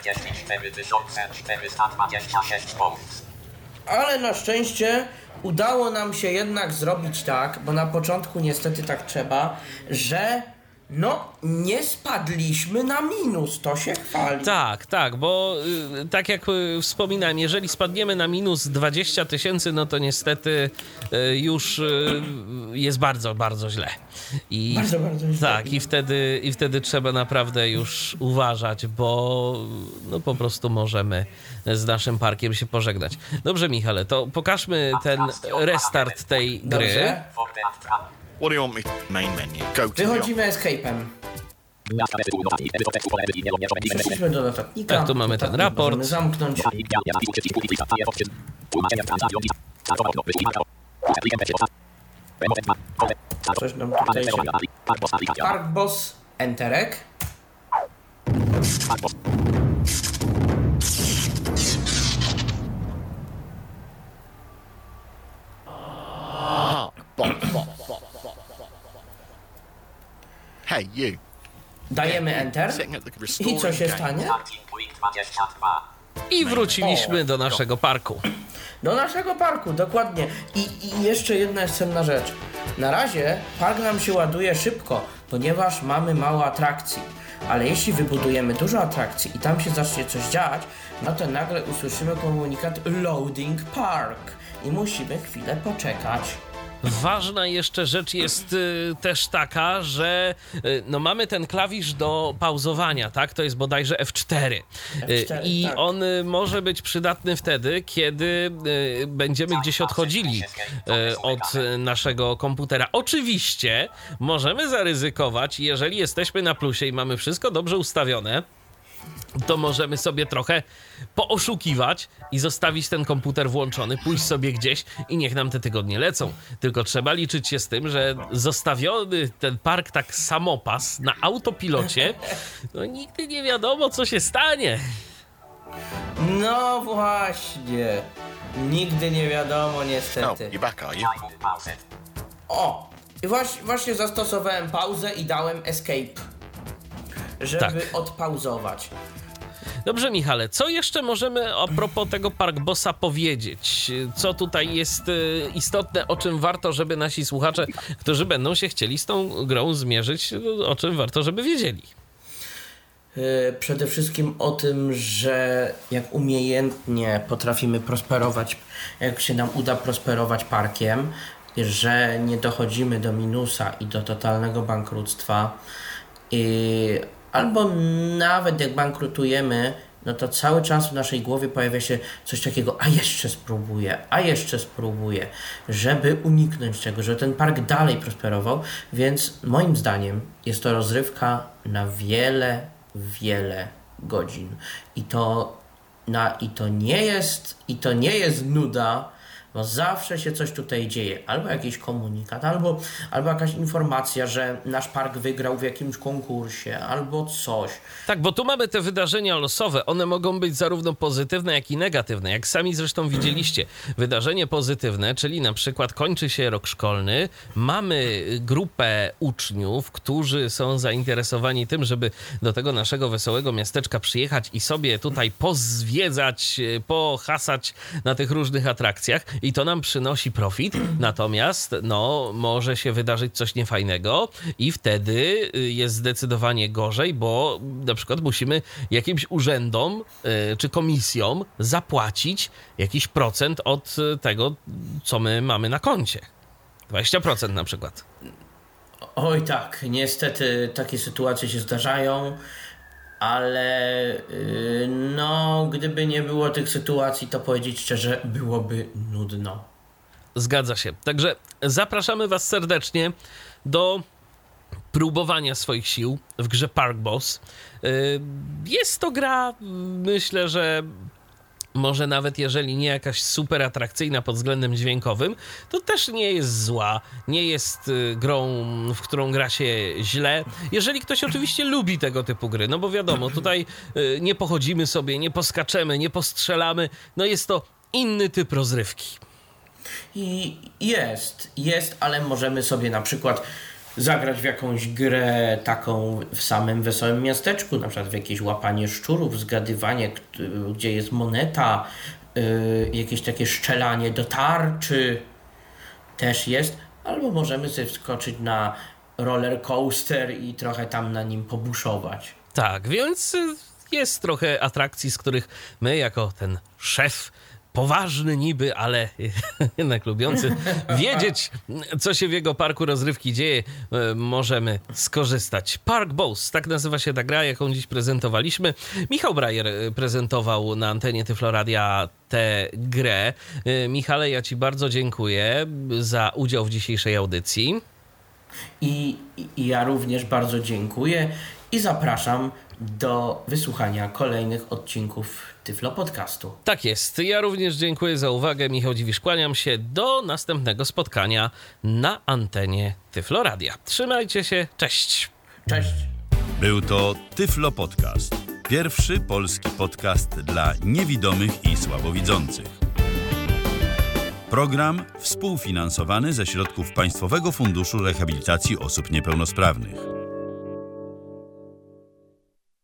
Ale na szczęście udało nam się jednak zrobić tak, bo na początku niestety tak trzeba, że No, nie spadliśmy na minus, to się chwali. Tak, tak, bo y, tak jak y, wspominałem, jeżeli spadniemy na minus dwadzieścia tysięcy, no to niestety y, już y, jest bardzo, bardzo źle. I, bardzo, bardzo źle. Tak, i wtedy, i wtedy trzeba naprawdę już uważać, bo no po prostu możemy z naszym parkiem się pożegnać. Dobrze, Michale, to pokażmy ten restart tej gry. Dobrze. What do you want me to main menu? Go to Wychodzimy escape'em. Przeszliśmy do notatnika. Tak, tu mamy ten raport. Możemy zamknąć. Coś nam tutaj się... Park Boss, enterek. Hey, you. Dajemy enter. I co się stanie? I wróciliśmy do naszego parku. Do naszego parku, dokładnie. I, I jeszcze jedna jest cenna rzecz. Na razie park nam się ładuje szybko, ponieważ mamy mało atrakcji. Ale jeśli wybudujemy dużo atrakcji i tam się zacznie coś dziać, no to nagle usłyszymy komunikat Loading Park i musimy chwilę poczekać. Ważna jeszcze rzecz jest y, też taka, że y, no mamy ten klawisz do pauzowania, tak? To jest bodajże F cztery. F cztery y, I tak. on y, może być przydatny wtedy, kiedy y, będziemy gdzieś odchodzili y, od y, naszego komputera. Oczywiście możemy zaryzykować, jeżeli jesteśmy na plusie i mamy wszystko dobrze ustawione, to możemy sobie trochę pooszukiwać i zostawić ten komputer włączony, pójść sobie gdzieś i niech nam te tygodnie lecą. Tylko trzeba liczyć się z tym, że zostawiony ten park tak samopas na autopilocie, no nigdy nie wiadomo, co się stanie. No właśnie. Nigdy nie wiadomo, Oh, niestety. you're back, are you? O! I właśnie, właśnie zastosowałem pauzę i dałem escape, żeby Tak. odpauzować. Dobrze, Michale, co jeszcze możemy a propos tego Park Bossa powiedzieć? Co tutaj jest y, istotne, o czym warto, żeby nasi słuchacze, którzy będą się chcieli z tą grą zmierzyć, o czym warto, żeby wiedzieli? Yy, przede wszystkim o tym, że jak umiejętnie potrafimy prosperować, jak się nam uda prosperować parkiem, że nie dochodzimy do minusa i do totalnego bankructwa, i albo nawet jak bankrutujemy, no to cały czas w naszej głowie pojawia się coś takiego, a jeszcze spróbuję, a jeszcze spróbuję, żeby uniknąć tego, żeby ten park dalej prosperował, więc moim zdaniem jest to rozrywka na wiele, wiele godzin. I to, na, i to nie jest, i to nie jest nuda, bo zawsze się coś tutaj dzieje. Albo jakiś komunikat, albo, albo jakaś informacja, że nasz park wygrał w jakimś konkursie, albo coś. Tak, bo tu mamy te wydarzenia losowe. One mogą być zarówno pozytywne, jak i negatywne. Jak sami zresztą widzieliście, wydarzenie pozytywne, czyli na przykład kończy się rok szkolny, mamy grupę uczniów, którzy są zainteresowani tym, żeby do tego naszego wesołego miasteczka przyjechać i sobie tutaj pozwiedzać, pohasać na tych różnych atrakcjach. I to nam przynosi profit, natomiast no, może się wydarzyć coś niefajnego i wtedy jest zdecydowanie gorzej, bo na przykład musimy jakimś urzędom y, czy komisjom zapłacić jakiś procent od tego, co my mamy na koncie. dwadzieścia procent na przykład. Oj tak, niestety takie sytuacje się zdarzają, ale yy, no, gdyby nie było tych sytuacji, to powiedzieć szczerze, byłoby nudno. Zgadza się. Także zapraszamy was serdecznie do próbowania swoich sił w grze Park Boss. Jest to gra, myślę, że może nawet jeżeli nie jakaś super atrakcyjna pod względem dźwiękowym, to też nie jest zła, nie jest grą, w którą gra się źle. Jeżeli ktoś oczywiście lubi tego typu gry, no bo wiadomo, tutaj nie pochodzimy sobie, nie poskaczemy, nie postrzelamy, no jest to inny typ rozrywki. I jest, jest, ale możemy sobie na przykład zagrać w jakąś grę taką w samym wesołym miasteczku, na przykład w jakieś łapanie szczurów, zgadywanie, gdzie jest moneta, yy, jakieś takie strzelanie do tarczy też jest, albo możemy sobie wskoczyć na roller coaster i trochę tam na nim pobuszować. Tak, więc jest trochę atrakcji, z których my jako ten szef, poważny niby, ale jednak lubiący wiedzieć, co się w jego parku rozrywki dzieje, możemy skorzystać. Park Boss, tak nazywa się ta gra, jaką dziś prezentowaliśmy. Michał Brajer prezentował na antenie Tyfloradia tę grę. Michale, ja ci bardzo dziękuję za udział w dzisiejszej audycji. I, i ja również bardzo dziękuję i zapraszam do wysłuchania kolejnych odcinków Tyflo Podcastu. Tak jest. Ja również dziękuję za uwagę. Michał Dziwisz, kłaniam się. Do następnego spotkania na antenie Tyfloradia. Trzymajcie się. Cześć. Cześć. Był to Tyflo Podcast. Pierwszy polski podcast dla niewidomych i słabowidzących. Program współfinansowany ze środków Państwowego Funduszu Rehabilitacji Osób Niepełnosprawnych.